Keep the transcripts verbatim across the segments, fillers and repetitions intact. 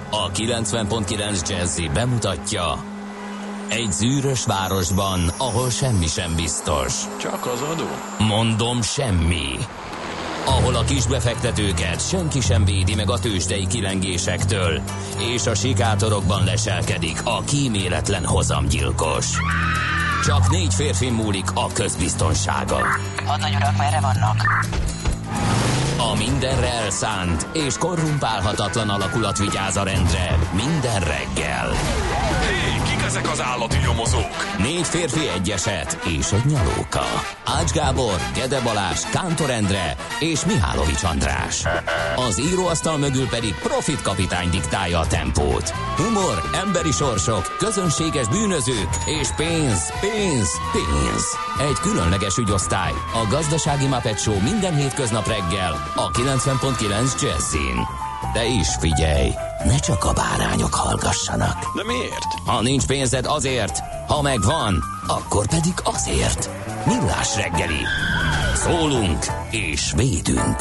A kilencven pont kilenc Jazzy bemutatja: egy zűrös városban, ahol semmi sem biztos. Csak az adó? Mondom, semmi. Ahol a kisbefektetőket senki sem védi meg a tőzsdei kilengésektől, és a sikátorokban leselkedik a kíméletlen hozamgyilkos. Csak négy férfi múlik a közbiztonsága. Hadnagy urak, merre vannak? A mindenre elszánt és korrumpálhatatlan alakulat vigyáz a rendre minden reggel. Hé, kik ezek az állati nyomozók? Négy férfi, egy eset és egy nyalóka. Ács Gábor, Gede Balázs, Kántor Endre és Mihálovics András. Az íróasztal mögül pedig Profit kapitány diktálja a tempót. Humor, emberi sorsok, közönséges bűnözők és pénz, pénz, pénz. Egy különleges ügyosztály, a Gazdasági Muppet Show minden hétköznap reggel a kilencven pont kilenc Jazzin. De is figyelj, ne csak a bárányok hallgassanak. De miért? Ha nincs pénzed, azért, ha megvan, akkor pedig azért. Millás reggeli. Szólunk és védünk.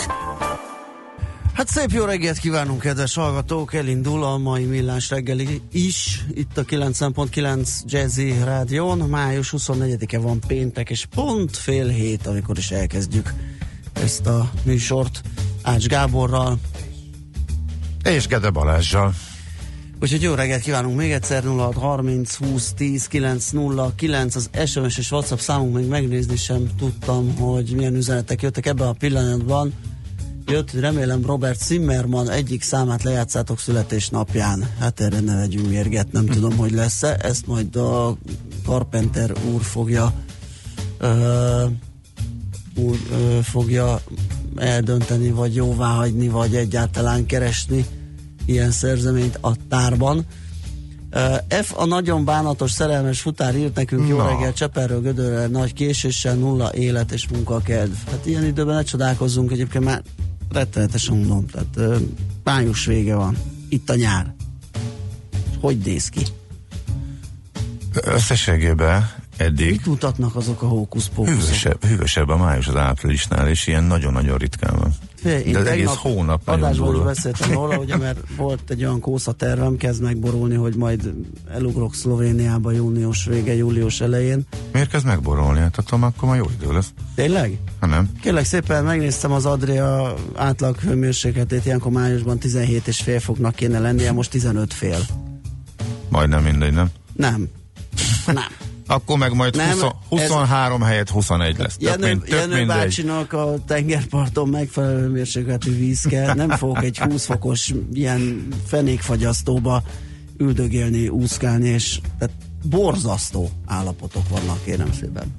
Hát szép jó reggelt kívánunk, kedves hallgatók! Elindul a mai Millás reggeli is, itt a kilencven pont kilenc Jazzy Rádión. május huszonnegyedike van, péntek, és pont fél hét, amikor is elkezdjük ezt a műsort Ács Gáborral és Gede Balázsral. Úgyhogy jó reggelt kívánunk még egyszer. Nulla hat harminc húsz tíz kilenc nulla kilenc az es em es és WhatsApp számunk, még megnézni sem tudtam, hogy milyen üzenetek jöttek ebben a pillanatban. Jött, remélem Robert Zimmermann egyik számát lejátszátok születésnapján. Hát erre ne legyünk mérget, nem tudom, hogy lesz-e. Ezt majd a Carpenter úr fogja ö, úr ö, fogja eldönteni, vagy jóváhagyni, vagy egyáltalán keresni ilyen szerzeményt a tárban. F a nagyon bánatos szerelmes futár írt nekünk: jó reggel, Cseperről Gödörre nagy késéssel, nulla élet és munkakedv. Hát ilyen időben ne csodálkozzunk, egyébként már rettenetesen mondom, tehát május vége van, itt a nyár. Hogy néz ki? Összességében eddig mit mutatnak azok a hókusz-pókuszok? Hűvösebb, hűvösebb a május az áprilisnál, és ilyen nagyon-nagyon ritkán van. Én de az egész hónap nagyon durva. Beszéltem róla, ugye, mert volt egy olyan kósza tervem, kezd megborulni, hogy majd elugrok Szlovéniába június vége, július elején. Miért kezd megborulni? Hát attól akkor már jó idő lesz. Tényleg? Ha nem. Kérlek szépen, megnéztem az Adria átlag hőmérsékletét, ilyenkor májusban tizenhét és fél foknak kéne lennie, most tizenöt fél. Majdnem mindegy, nem? Nem. Nem. Akkor meg majd nem, húsz, huszonhárom ez... helyett huszonegy lesz. Jenő, mint, Jenő bácsinak a tengerparton megfelelő mérsékletű víz kell. Nem fogok egy húsz fokos ilyen fenékfagyasztóba üldögélni, úszkálni, és tehát borzasztó állapotok vannak, kérem szépen.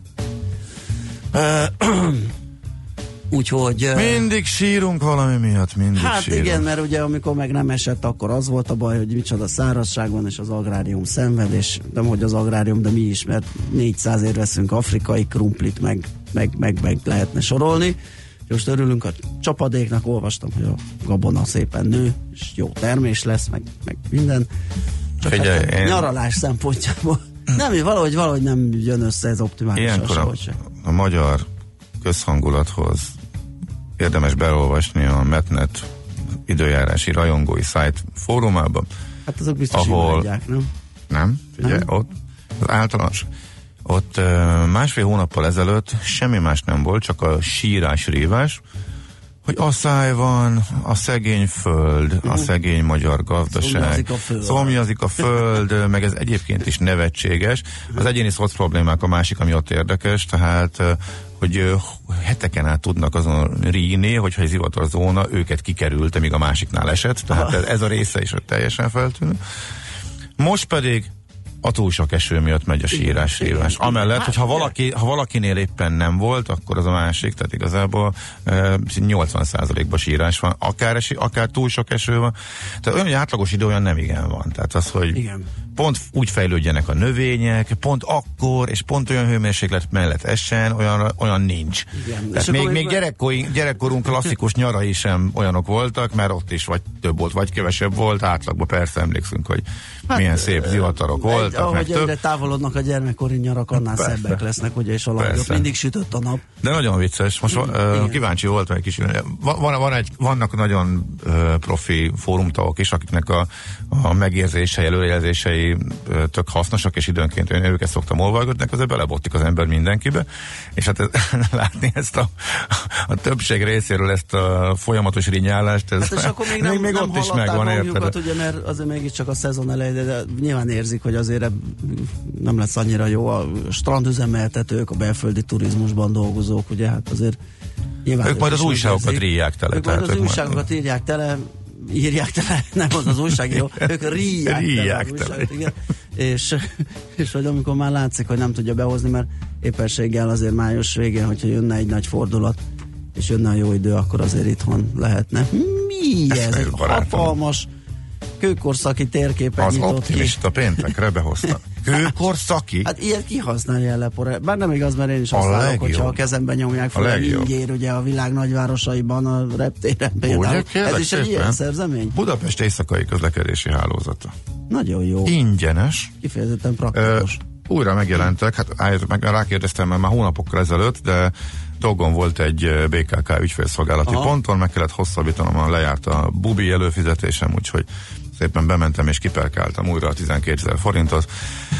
Úgyhogy... Mindig sírunk valami miatt, mindig hát sírunk. igen, mert ugye amikor meg nem esett, akkor az volt a baj, hogy micsoda szárazság van, és az agrárium szenved, és nem hogy az agrárium, de mi is, mert négyszázért veszünk afrikai krumplit, meg, meg, meg, meg lehetne sorolni. Most örülünk a csapadéknak, olvastam, hogy a gabona szépen nő, és jó termés lesz, meg, meg minden. Csak Figyelj, hát a én... nyaralás szempontjából nem, valahogy, valahogy nem jön össze ez optimálisan. Ilyenkor a, a magyar közhangulathoz érdemes beolvasni a Metnet időjárási rajongói szájt fórumában. Hát azok biztos ahol, imádják, nem? Nem, ugye, nem? ott az általános, ott uh, másfél hónappal ezelőtt semmi más nem volt, csak a sírás, rívás, hogy asszály van, a szegény föld, uh-huh. a szegény magyar gazdaság, szomjazik a föld, szomjazik a föld meg ez egyébként is nevetséges. Az egyéni szoc problémák a másik, ami ott érdekes, tehát hogy heteken át tudnak azon ríni, hogyha egy zivatar zóna őket kikerült, míg a másiknál esett, tehát ez a része is ott teljesen feltűnő. Most pedig a túl sok eső miatt megy a sírás, rívás. Amellett, hogy ha, valaki, ha valakinél éppen nem volt, akkor az a másik, tehát igazából e, nyolcvan százalékban sírás van, akár, esi, akár túl sok eső van. Tehát olyan, hogy átlagos idő olyan nem igen van. Tehát az, hogy igen. pont úgy fejlődjenek a növények, pont akkor, és pont olyan hőmérséklet mellett essen, olyan, olyan nincs. Igen. Tehát még, még gyerekkorunk, gyerekkorunk klasszikus nyarai sem olyanok voltak, mert ott is vagy több volt, vagy kevesebb volt, átlagban persze emlékszünk, hogy hát, milyen szép zivatarok voltak. voltak, ahogy meg egyre több. távolodnak a gyermekkori nyarak, annál Persze. szebbek lesznek, ugye, és a lapjok. Mindig sütött a nap. De nagyon vicces. Most uh, kíváncsi voltam egy kis. Van, van, van egy, vannak nagyon uh, profi fórumtagok is, akiknek a, a megérzései, előjelzései uh, tök hasznosak, és időnként én őket szoktam olvasgatni, azért belebottik az ember mindenkibe, és hát ez, látni ezt a, a többség részéről ezt a folyamatos rinyálást, ez Hát és akkor még nem, még, még nem ott is megvan, érted? Ugye, mert azért mégiscsak a szezon elején, de, de nyilván érzik, hogy azért nem lesz annyira jó a strandüzemeltetők, a belföldi turizmusban dolgozók, ugye, hát azért nyilván ők majd az újságokat írják tele. Ők majd az újságokat írják tele, írják tele, nem az az újságíró, ők ríják, ríják tele, tele. igen. És, és hogy amikor már látszik, hogy nem tudja behozni, mert éppenséggel azért május végén, hogyha jönne egy nagy fordulat, és jönne a jó idő, akkor azért itthon lehetne. Mi ez? Egy hatalmas kőkorszaki térképet az nyitott optimista ki. Péntekre behoztam. Kőkorszaki? Hát ilyet kihasználja el lepore. Bár nem igaz, mert én is használok, hogyha a kezemben nyomják fel, ingyér ugye a világ nagyvárosaiban, a reptéren például. Ugye, ez is egy ilyen szerzemény? Budapest éjszakai közlekedési hálózata. Nagyon jó. Ingyenes. Kifejezetten praktikus. Uh, újra megjelentek, hát meg rákérdeztem már, már hónapokkal ezelőtt, de dolgom volt egy bé ká ká ügyfélszolgálati Aha. ponton, meg kellett hosszabbítanom, lejárt a bubi előfizetésem, úgyhogy szépen bementem és kiperkáltam újra a tizenkétezer forintot.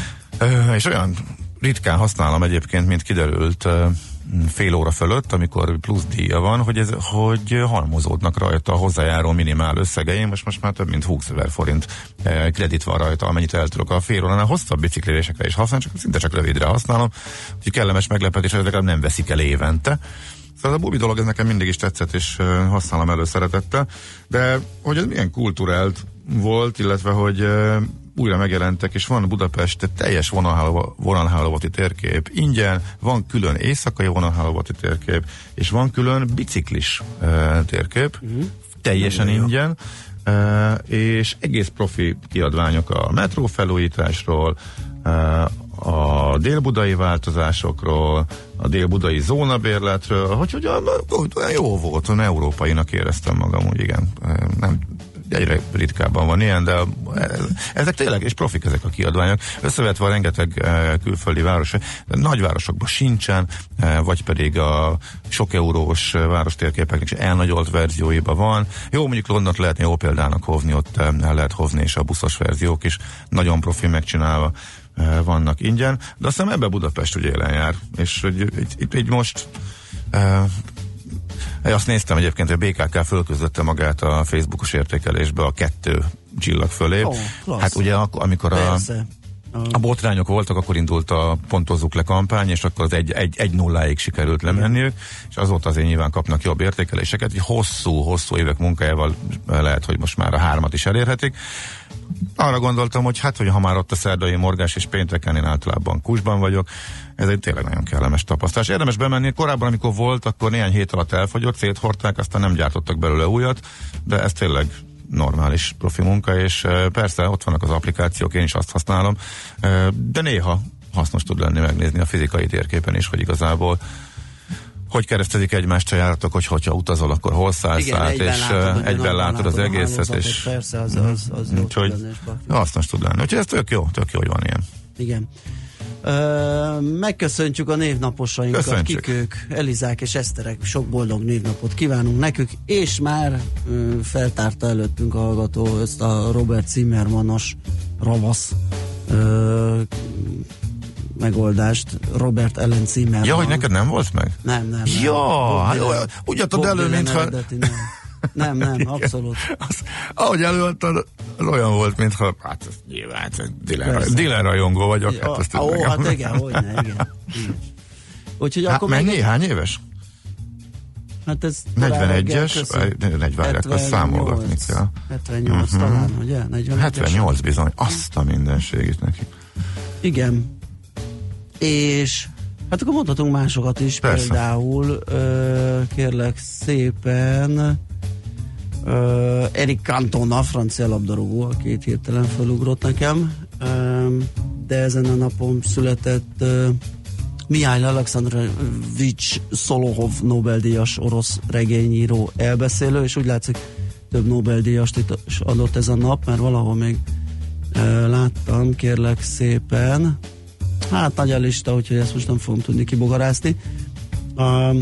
Uh, és olyan ritkán használom egyébként, mint kiderült uh, fél óra fölött, amikor plusz díja van, hogy, ez, hogy halmozódnak rajta a hozzájáró minimál összegeim, most most már több mint húszezer forint uh, kredit van rajta, amennyit el tudok a fél óránál hosszabb biciklésekre is használni, csak szinte csak rövidre használom, úgyhogy kellemes meglepetés, hogy legalább nem veszik el évente. Szóval a bubi dolog, ez nekem mindig is tetszett, és uh, használom előszeretettel, de hogy ez milyen kulturált volt, illetve hogy uh, újra megjelentek, és van Budapest teljes vonalhálózati térkép ingyen, van külön éjszakai vonalhálózati térkép, és van külön biciklis uh, térkép, uh-huh. teljesen Nem ingyen, uh, és egész profi kiadványok a metró felújításról, uh, a délbudai változásokról, a délbudai zónabérletről, hogy ugye jó volt, olyan európainak éreztem magam, úgy igen, nem egyre ritkábban van ilyen, de ezek tényleg, és profik ezek a kiadványok. Összevetve a rengeteg e, külföldi város, nagyvárosokban sincsen, e, vagy pedig a sok eurós várostérképeknek is elnagyolt verzióiban van. Jó, mondjuk Londont lehetne jó példának hozni, ott el lehet hozni, és a buszos verziók is nagyon profi megcsinálva e, vannak ingyen, de aztán ebbe Budapest ugye élen jár, és itt, itt, itt most e, azt néztem egyébként, hogy a bé ká ká fölközötte magát a Facebookos értékelésbe a kettő csillag fölé. Oh, hát ugye akkor, amikor a, a botrányok voltak, akkor indult a Pontozzuk le kampány, és akkor az egy, egy, egy nulláig sikerült lemenniük, és azóta azért nyilván kapnak jobb értékeléseket, hogy hosszú-hosszú évek munkájával lehet, hogy most már a hármat is elérhetik. Arra gondoltam, hogy hát, hogy ha már ott a szerdai morgás és pénteken én általában Kusban vagyok, ez egy tényleg nagyon kellemes tapasztalás. Érdemes bemenni, korábban, amikor volt, akkor néhány hét alatt elfogyott, széthordták, aztán nem gyártottak belőle újat, de ez tényleg normális profi munka, és persze ott vannak az applikációk, én is azt használom, de néha hasznos tud lenni megnézni a fizikai térképen is, hogy igazából hogy keresztezik egymást a járatok, hogy hogyha utazol, akkor hol szállsz Igen, át, egyben és látod, egyben látod az egészet, és persze, az, az, az jó úgyhogy hasznos tud lenni. Úgyhogy ez tök jó, tök jó, hogy van ilyen. Igen. Ö, megköszöntjük a névnaposainkat, Köszöntsük. kik ők, Elizák és Eszterek, sok boldog névnapot kívánunk nekük, és már ö, feltárta előttünk a hallgató ezt a Robert Zimmermannos ravasz ö, megoldást, Robert Ellen Zimmerman. Ja, hogy neked nem volt meg? Nem, nem. nem. Ja, hát úgy adtad elő, mintha... Nem, nem, abszolút. Az, ahogy előadtad, az olyan volt, mintha, hát ez nyilván, Dylan rajongó vagyok. Ja, hát azt ó, ó, hát igen, hogyne, igen. igen. Úgyhogy hát akkor mennyi? Meg... Hány éves? Hát ez negyvenegyes, negyvenegyes, akkor számolgatni kell. hetvennyolc uh-huh. talán, ugye? negyvenegyes hetvennyolc bizony, azt a mindenségét neki. Igen. És hát akkor mondhatunk másokat is, persze. Például ö, kérlek szépen ö, Eric Cantona, francia labdarúgó, a két hirtelen felugrott nekem, ö, de ezen a napon született ö, Mihály Alekszandrovics Szolohov Nobel-díjas orosz regényíró, elbeszélő, és úgy látszik több Nobel-díjast itt adott ez a nap, mert valahol még Láttam, kérlek szépen. Hát nagy a lista, úgyhogy ezt most nem fogom tudni kibogarászni. Um,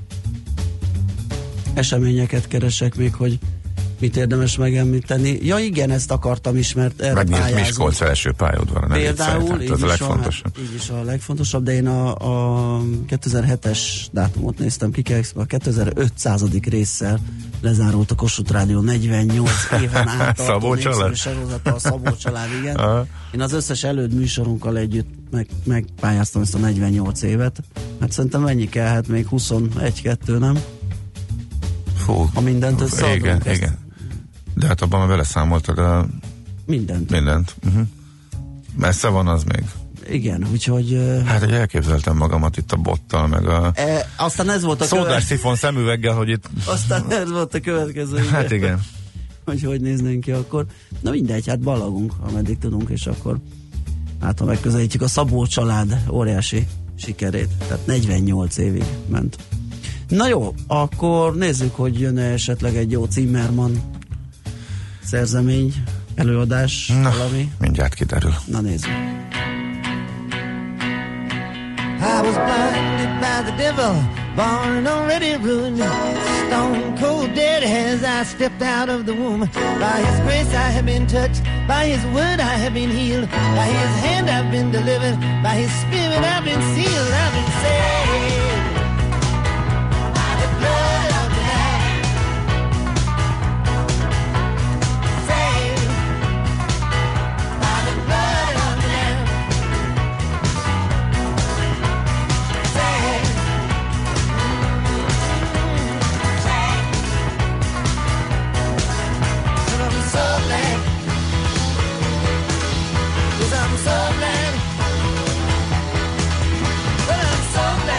eseményeket keresek még, hogy mit érdemes megemlíteni. Ja igen, ezt akartam is, mert erre megnyílt pályázunk. Miskolc első pályaudvar. Például, így ez is, a legfontosabb. Van, így is a legfontosabb, de én a, a kétezer-hetes dátumot néztem ki, a kétezer-ötszázadik résszel lezárult a Kossuth Rádió negyvennyolc éven át Szabó család? A Szabó család, igen. Aha. Én az összes előd műsorunkkal együtt meg, megpályáztam ezt a negyvennyolc évet. Hát szerintem mennyi kell? Hát még huszonegy kettő, nem? Fú, ha mindent összeadunk. Igen, ezt. igen. De hát abban már beleszámoltad a... Mindent. Mindent. Uh-huh. Messze van az még. Igen, úgyhogy... Hát, hogy elképzeltem magamat itt a bottal, meg a... E, aztán ez volt a szódás követ... szifon szemüveggel, hogy itt... Aztán ez volt a következő. Hát igen. Hogy hogy néznénk ki akkor. Na mindegy, hát ballagunk, ameddig tudunk, és akkor hát ha megközelítjük a Szabó család óriási sikerét. Tehát negyvennyolc évig ment. Na jó, akkor nézzük, hogy jön esetleg egy jó Zimmermann szerzemény, előadás, na, valami. Mindjárt kiderül. Na nézzük. I was blinded by the devil, born and already ruined, stone cold dead as I stepped out of the womb. By His grace I have been touched, by His word I have been healed, by His hand I've been delivered, by His Spirit I've been sealed, I've been saved. By the blood of the Lamb, saved. By the blood of the Lamb. I'm so glad, well I'm so glad.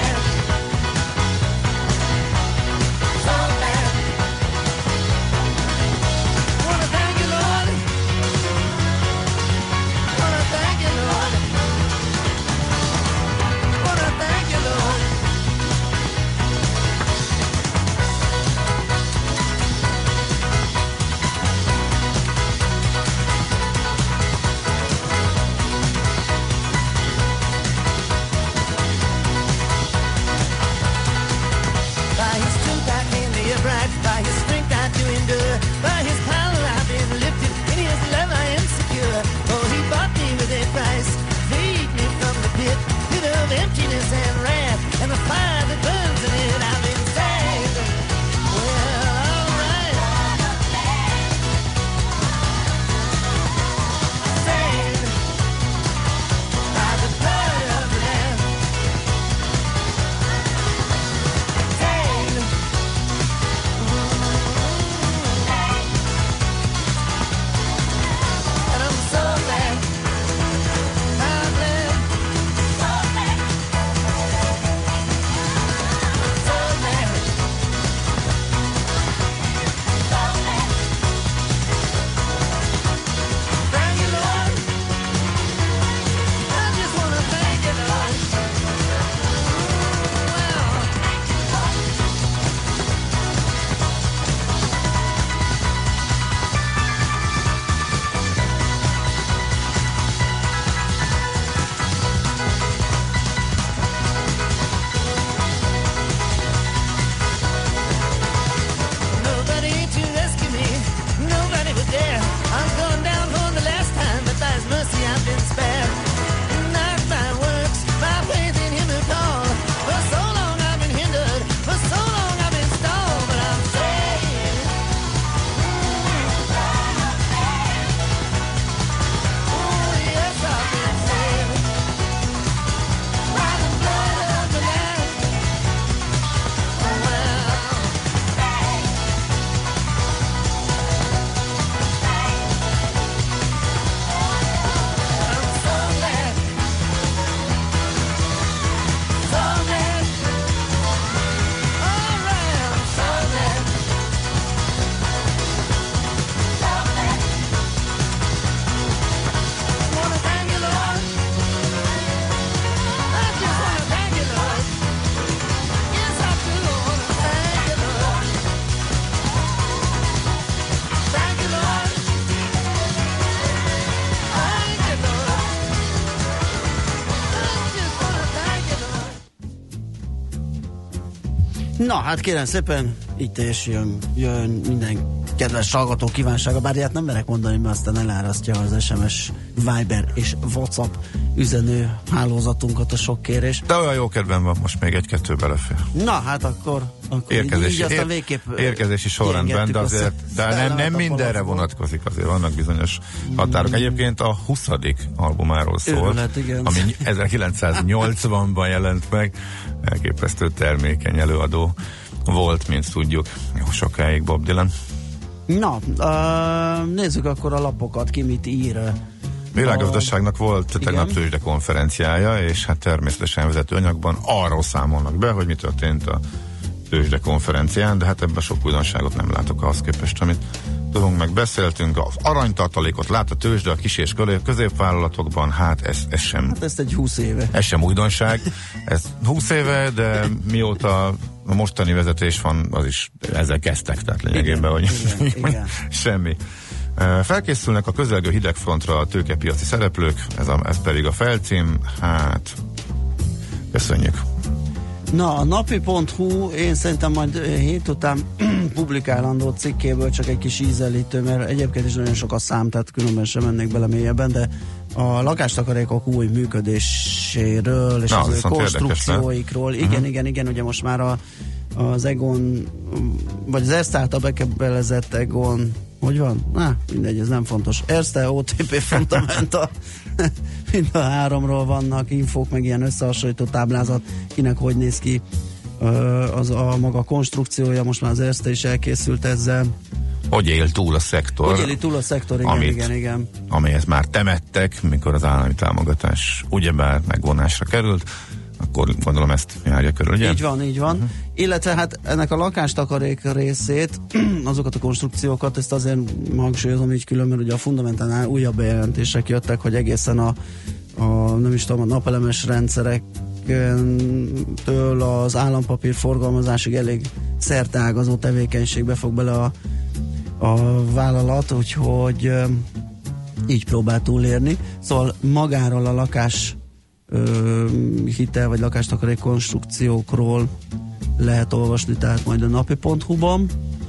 Na, hát kérem szépen, itt és jön, jön minden kedves hallgató kívánsága, bár ilyet nem merek mondani, mert aztán elárasztja az es em es, Viber és WhatsApp üzenő hálózatunkat a sok kérés. De olyan jó kedvem van, most még egy-kettő belefér. Na, hát akkor, akkor érkezési, így, így aztán végképp érkezési sorrendben, de azért de nem, nem mindenre vonatkozik, azért vannak bizonyos határok. Egyébként a huszadik albumáról szól, Őrület, igen. ami ezerkilencszáznyolcvanban jelent meg, elképesztő termékeny előadó volt, mint tudjuk, jó sokáig Bob Dylan. Na, uh, nézzük akkor a lapokat, ki mit ír. Világgazdaságnak volt tegnap tőzsde konferenciája, és hát természetesen vezető anyagban arról számolnak be, hogy mi történt a tőzsde konferencián, de hát ebben sok újdonságot nem látok ahhoz képest, amit tudunk, meg beszéltünk. Az aranytartalékot lát a tőzsde a kis és középvállalatokban, hát ez, ez sem... Hát ezt egy húsz éve. Ez sem újdonság. Ez húsz éve, de mióta a mostani vezetés van, az is ezzel kezdtek, tehát lényegében, hogy igen, igen. semmi. Felkészülnek a közelgő hidegfrontra a tőkepiaci szereplők, ez, a, ez pedig a felcím, hát köszönjük. Na, a napi pont hu, én szerintem majd hét után publikálandó cikkéből csak egy kis ízelítő, mert egyébként is nagyon sok a szám, tehát különben sem mennék bele mélyebben, de a lakástakarékok új működéséről és Na, az ő érdekes, konstrukcióikról. Igen, uh-huh. igen, igen, ugye most már a, az Egon, vagy az Erste által bekebelezett Egon, hogy van? Na, mindegy, ez nem fontos. Erste, o té pé Fundamenta, mind a háromról vannak infók, meg ilyen összehasonlító táblázat, kinek hogy néz ki az a maga konstrukciója, most már az Erste is elkészült ezzel. Hogy él túl a szektor? Hogy éli túl a szektor, igen, amit, igen, igen. Amelyhez már temettek, mikor az állami támogatás ugyebár megvonásra került, akkor gondolom ezt járja körül, ugye? Így van, így van. Uh-huh. Illetve hát ennek a lakástakarék részét, azokat a konstrukciókat, ezt azért hangsúlyozom így külön, mert ugye a Fundamentánál újabb bejelentések jöttek, hogy egészen a, a nem is tudom, a napelemes rendszerektől az állampapír forgalmazásig elég szerteágazó tevékenységbe fog bele a, a vállalat, úgyhogy így próbál túlérni. Szóval magáról a lakás Ö, hitel vagy lakástakarék konstrukciókról lehet olvasni, tehát majd a napi pont hu-ban.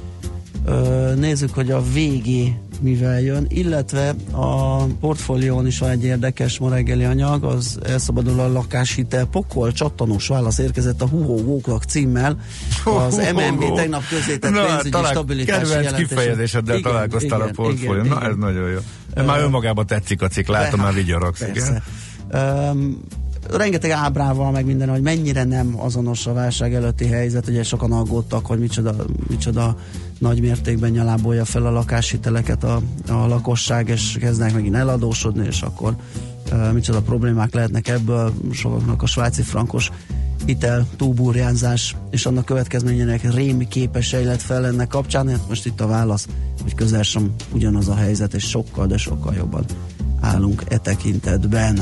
Ö, nézzük, hogy a végé mivel jön, illetve a portfólión is van egy érdekes ma reggeli anyag, az elszabadul a lakáshitel pokol, csattanós válasz érkezett a Hugo Walk címmel. Az em en bé tegnap közzétett pénzügyi talán stabilitási kedvenc kifejezéseddel igen, találkoztál igen, a portfólión. Na, ez nagyon jó. Uh, már önmagában tetszik a cikk, látom, már vigyorogsz. Igen. Um, rengeteg ábrával meg minden, hogy mennyire nem azonos a válság előtti helyzet, ugye sokan aggódtak, hogy micsoda, micsoda nagy mértékben nyalábolja fel a lakáshiteleket a, a lakosság, és kezdnek megint eladósodni, és akkor uh, micsoda problémák lehetnek ebből, sokaknak a svájci frankos hitel túlburjánzás és annak következményének rémi képesei lett fel ennek kapcsán. Hát most itt a válasz, hogy közel sem ugyanaz a helyzet, és sokkal, de sokkal jobban állunk e tekintetben.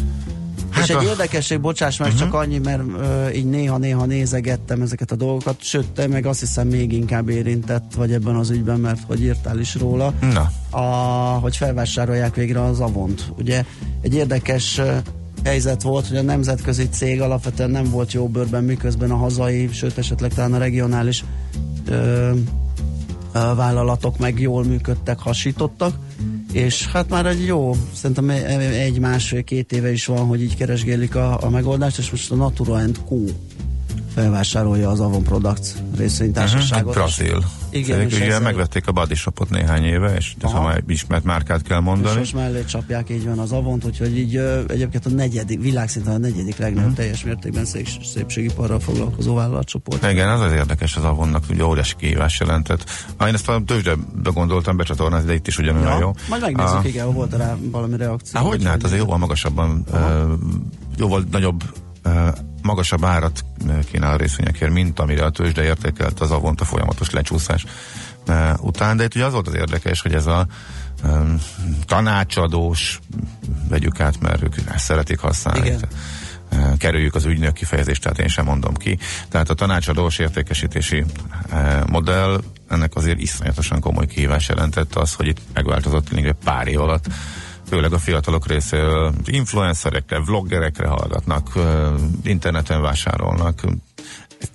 Hát és egy a... érdekesség, bocsáss meg, uh-huh. csak annyi, mert uh, így néha-néha nézegettem ezeket a dolgokat, sőt, te meg azt hiszem még inkább érintett vagy ebben az ügyben, mert hogy írtál is róla, Na. A, hogy felvásárolják végre az Avont. Ugye egy érdekes uh, helyzet volt, hogy a nemzetközi cég alapvetően nem volt jó bőrben, miközben a hazai, sőt esetleg talán a regionális uh, uh, vállalatok meg jól működtek, hasítottak, és hát már egy jó, szerintem egy másfél-két éve is van, hogy így keresgélik a, a megoldást, és most a Natura and Co. felvásárolja az Avon Products részvénytársaságot. Uh-huh, Brazil. Igen, ugye ezzel... megvették a Body Shopot néhány éve, és ez a már ismert márkát kell mondani. És most mellé csapják, így van az Avont, úgyhogy így ö, egyébként a negyedik, világszinten a negyedik legnagyobb uh-huh. teljes mértékben szép, szépségiparral foglalkozó vállalatcsoport. Igen, az az érdekes az Avonnak, ugye óriási kihívás jelentett. Ha én ezt a tőzsdebe gondoltam becsatornázni, de itt is ugyanolyan ja, jó. Majd megnézzük, a... igen, volt rá valami reakció. Há, hogy hát azért jóval magasabban, uh, jóval nagyobb uh, magasabb árat kínál a részvényekért, mint amire a tőzsde értékelt az Avont a folyamatos lecsúszás uh, után. De itt ugye az volt az érdekes, hogy ez a um, tanácsadós, vegyük át, mert ők ezt szeretik használni. Uh, kerüljük az ügynök kifejezést, tehát én sem mondom ki. Tehát a tanácsadós értékesítési uh, modell, ennek azért iszonyatosan komoly kihívás jelentett az, hogy itt megváltozott lényegében pár év alatt, főleg a fiatalok részéről influencerekre, vloggerekre hallgatnak, interneten vásárolnak.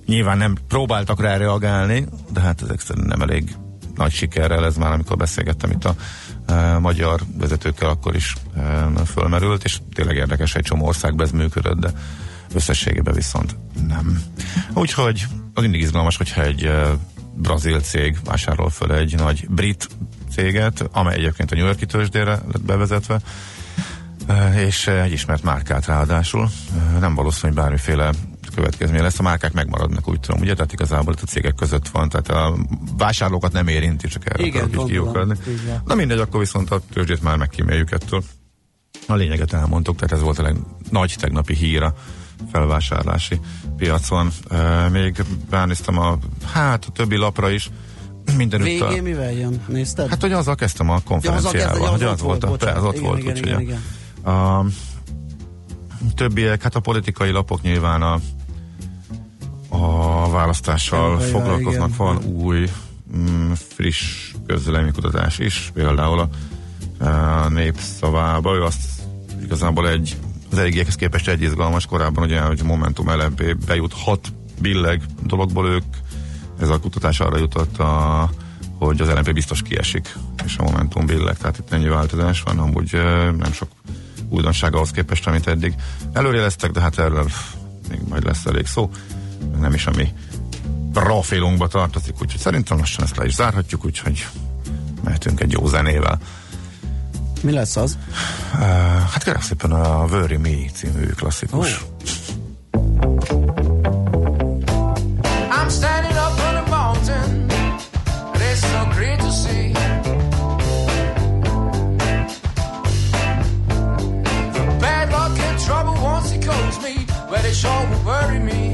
nyilván nem próbáltak rá reagálni, de hát ezek szerint nem elég nagy sikerrel, ez már amikor beszélgettem itt a e, magyar vezetőkkel, akkor is e, fölmerült, és tényleg érdekes, egy csomó országban ez működött, de összességében viszont nem. Úgyhogy az mindig izgalmas, hogyha egy e, brazil cég vásárol föl egy nagy brit céget, amely egyébként a New York-i tőzsdére lett bevezetve, e, és egy ismert márkát ráadásul. E, nem valószínű, hogy bármiféle következmény lesz, a márkák megmaradnak, úgy tudom, ugye? Tehát igazából itt a cégek között van, tehát a vásárlókat nem érinti, csak erre akarok is kiukadni. Na mindegy, akkor viszont a tőzsdét már megkíméljük ettől. A lényeget elmondtuk, tehát ez volt a leg nagy tegnapi hír a felvásárlási piacon. E, még ránéztem a, hát a többi lapra is, mindenütt végén a... mivel jön? Nézted? Hát, hogy azzal kezdtem a konferenciával, ja, hogy az az volt, volt, az ott volt, igen, úgyhogy igen, igen. a többiek, hát a politikai lapok nyilván a a választással Jaj, foglalkoznak, igen. van új, mm, friss közvéleménykutatás is, például a, a Népszavába, ő azt igazából egy, az eddigiekhez képest egy izgalmas, korábban ugye, hogy Momentum el em pé bejut hat billeg dologból, ők, ez a kutatás arra jutott, a, hogy az el em pé biztos kiesik, és a Momentum billeg, tehát itt ennyi változás van, amúgy nem sok újdonság ahhoz képest, amit eddig előrjeleztek, de hát erről még majd lesz elég szó. Nem is a mi profilunkba tartozik, úgyhogy szerintem lassan ezt le is zárhatjuk, úgyhogy mehetünk egy jó zenével. Mi lesz az? Uh, hát kérlek szépen a Worry Me című klasszikus. Oh. I'm standing up on a mountain, and it's so great to see. The bad luck and trouble once it calls me, where they sure will worry me.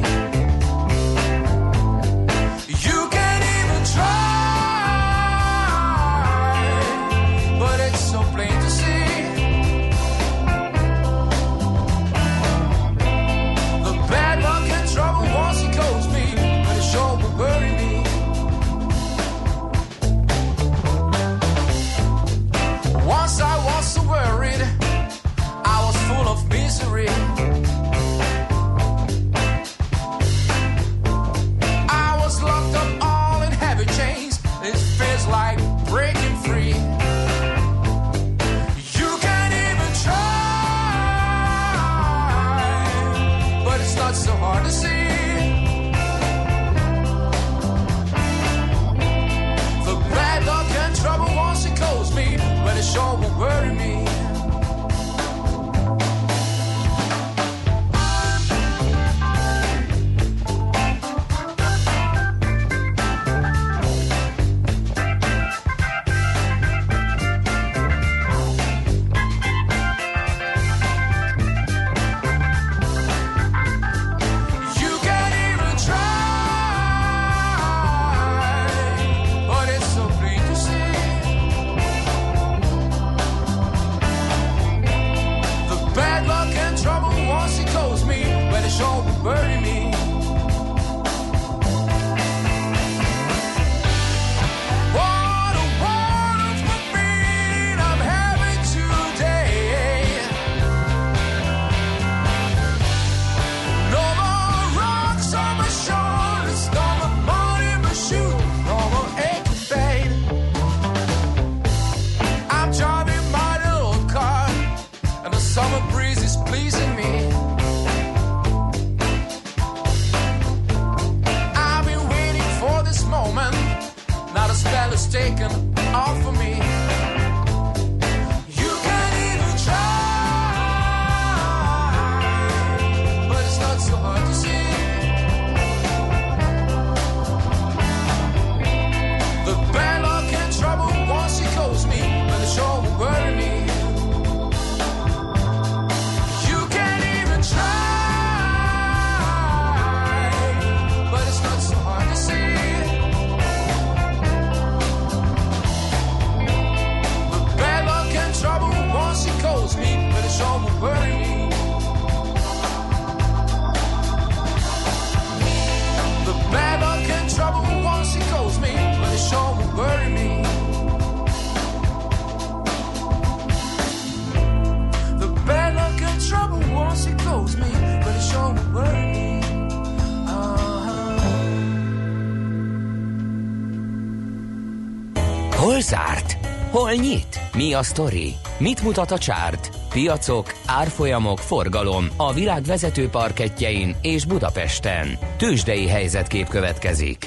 zárt? Hol nyit? Mi a sztori? Mit mutat a csárt? Piacok, árfolyamok, forgalom a világ vezető parkettjein és Budapesten. Tőzsdei helyzetkép következik.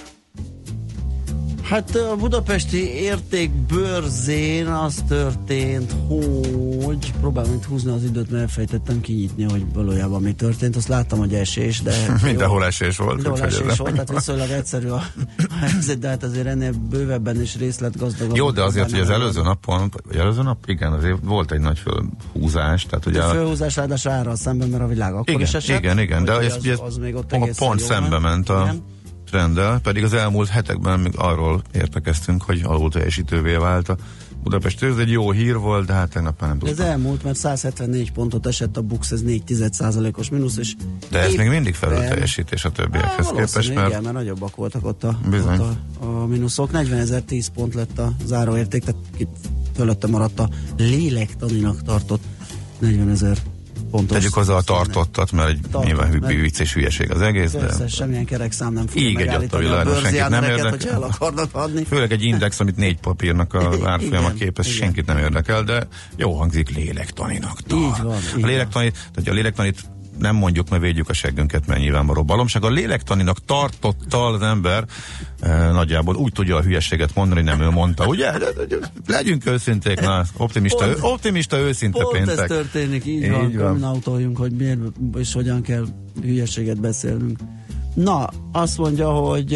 Hát a budapesti értékbörzén az történt, hogy próbálom itt húzni az időt, mert elfejtettem kinyitni, hogy valójában mi történt. Azt láttam, hogy esés, de... Mindenhol esés volt. Mindenhol esés volt, tehát viszonylag egyszerű a helyzet, de hát azért ennél bővebben is részletgazdagabb. Jó, de azért, hogy az előző napon, vagy előző nap, igen, azért volt egy nagy fölhúzás. Tehát ugye a a fölhúzás ráadásul árral szemben, mert a világ akkor igen, is esett. Igen, igen, de az, ez, ez az még ott pont, pont szembe ment a... Igen. Trenddel, pedig az elmúlt hetekben még arról értekeztünk, hogy alul teljesítővé vált a Budapest. Ez egy jó hír volt, de hát tegnap már nem tudtam. Ez elmúlt, mert száz hetvennégy pontot esett a Bux, ez négy tized százalékos mínusz, és de ez még mindig felül teljesítés a többiekhez képest, mert... Igen, mert nagyobbak voltak ott a, ott a, a mínuszok. negyvenezer-tíz pont lett a záróérték, tehát itt fölötte maradt a lélektaninak tartott negyvenezer pontos. Tegyük hozzá a tartottat, mert egy tartott, nyilván hübbi vicces hülyeség az egész. Persze, de... semmilyen kerek szám nem fogja megállítani a, a bőrziánereket, hogy el akarnak adni. Főleg egy index, amit négy papírnak a árfolyama képes, senkit nem érdekel, de jó hangzik lélektaninak tart. Így van. A lélektanit, tehát a lélektanit nem mondjuk, mert védjük a seggünket, mert nyilvánvaló balomság. A lélektaninak tartottal az ember e, nagyjából úgy tudja a hülyeséget mondani, nem ő mondta, ugye? De, de, de, legyünk őszinték, na, optimista, pont, optimista őszinte pont péntek. Pont ez történik, így, így van, kommunautoljunk, hogy miért és hogyan kell hülyeséget beszélnünk. Na, azt mondja, hogy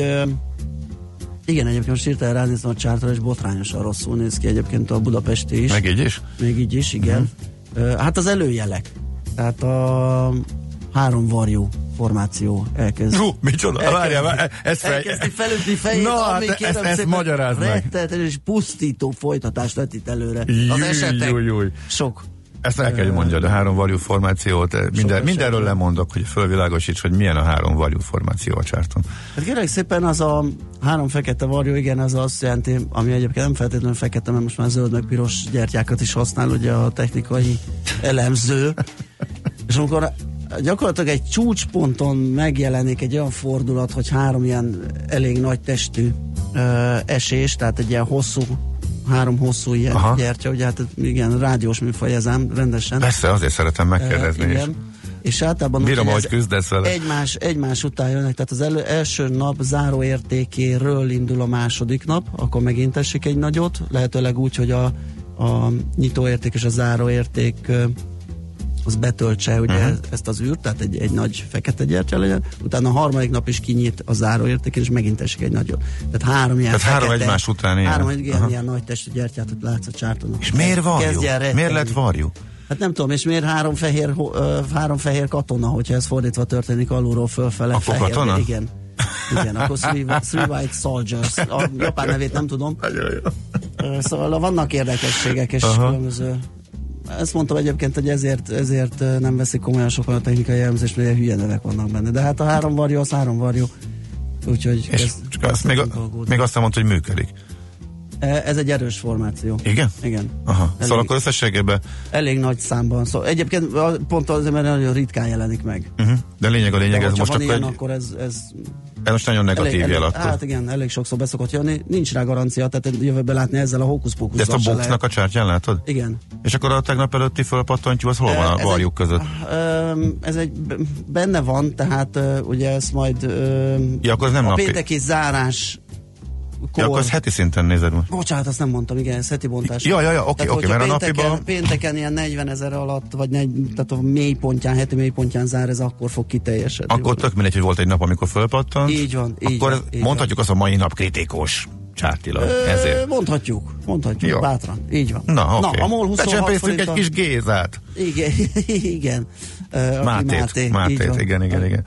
igen, egyébként most hirtelen ránéztem a csártra, és botrányosan rosszul néz ki egyébként a budapesti is. Meg így is? Még így is, igen. Uh-huh. Hát az előjelek. Tehát a három varjú formáció elkezd. Hú, micsoda? Várjál, ez fej... elkezdi felütni fejét, no, ami hát kérem ezt, ezt magyarázd meg. Rettenetes és pusztító folytatást lett itt előre. Júj, az esetek júj, júj. sok. Ezt el kell, hogy mondjad, a három varjú formációt. Minden, mindenről lemondok, hogy fölvilágosíts, hogy milyen a három varjú formáció a csárton. Hát kérlek szépen, az a három fekete varjú, igen, az azt jelenti, ami egyébként nem feltétlenül fekete, mert most már zöld meg piros gyertyákat is használ, ugye a technikai elemző. És amikor gyakorlatilag egy csúcsponton megjelenik egy olyan fordulat, hogy három ilyen elég nagy testű ö, esés, tehát egy ilyen hosszú három hosszú ilyen aha. gyertya, ugye hát igen, rádiós műfaj ezám, rendesen. Persze, azért szeretem megkérdezni uh, igen. És, és általában bírom, ahogy küzdesz vele. Egymás, egymás után jönnek, tehát az elő, első nap záróértékéről indul a második nap, akkor megint esik egy nagyot, lehetőleg úgy, hogy a, a nyitóérték és a záróérték az betöltse ugye uh-huh. ezt az űrt, tehát egy, egy nagy fekete gyertya legyen, utána a harmadik nap is kinyit a záróértékén, és megint esik egy nagyot. Tehát három ilyen tehát fekete, három egymás után ilyen. Három ilyen, ilyen nagy testű gyertyát, hogy látsz a csárton. És miért varjú? Miért lett varjú? Hát nem tudom, és miért három fehér, uh, három fehér katona, hogyha ez fordítva történik alulról fölfele. Akkor fehér, katona? Igen. Igen, akkor three, three White Soldiers. A japán nevét nem tudom. Szóval vannak érdekességek, és aha. különböző. Ezt mondtam egyébként, hogy ezért, ezért nem veszik komolyan sokan a technikai elemzést, mert hülye nevek vannak benne. De hát a három varjú, az három varjú. Úgyhogy és ez, csak azt még, a, még azt mondta, hogy működik. Ez egy erős formáció. Igen? Igen. Aha. Elég, szóval akkor összességében... Elég nagy számban. Szóval egyébként pont azért, mert nagyon ritkán jelenik meg. Uh-huh. De lényeg a lényeg, de ez most akkor ilyen, egy... akkor ez... ez ez most nagyon negatív elég, jel elég, akkor. Hát igen, elég sokszor beszokott jönni. Nincs rá garancia, tehát jövőben látni ezzel a hókusz-pókusz. De ezt a boxnak a csártyán látod? Igen. És akkor a tegnap előtti fölpattantyú, az hol van a varjuk között? Ez egy benne van, tehát ugye ezt majd ja, akkor ez nem a napi. pénteki zárás ja, akkor ezt heti szinten nézed most. Bocsánat, azt nem mondtam, igen, ez heti bontás. Ja, ja, ja, oké, oké, mert a napiban... Pénteken ilyen negyven ezer alatt, vagy negy, tehát a mélypontján, heti mélypontján zár, ez akkor fog kiteljesedni. Akkor tök mindegy, hogy volt egy nap, amikor fölpattant. Így van, így akkor van. Így mondhatjuk van. azt, a mai nap kritikus csártilag, Ö, ezért. Mondhatjuk, mondhatjuk, jó. Bátran, így van. Na, oké. Okay. Na, a MOL huszonhat forint a... egy kis Gézát. Igen, igen. Uh, Mátét, Máté, Mátét, igen, igen, igen.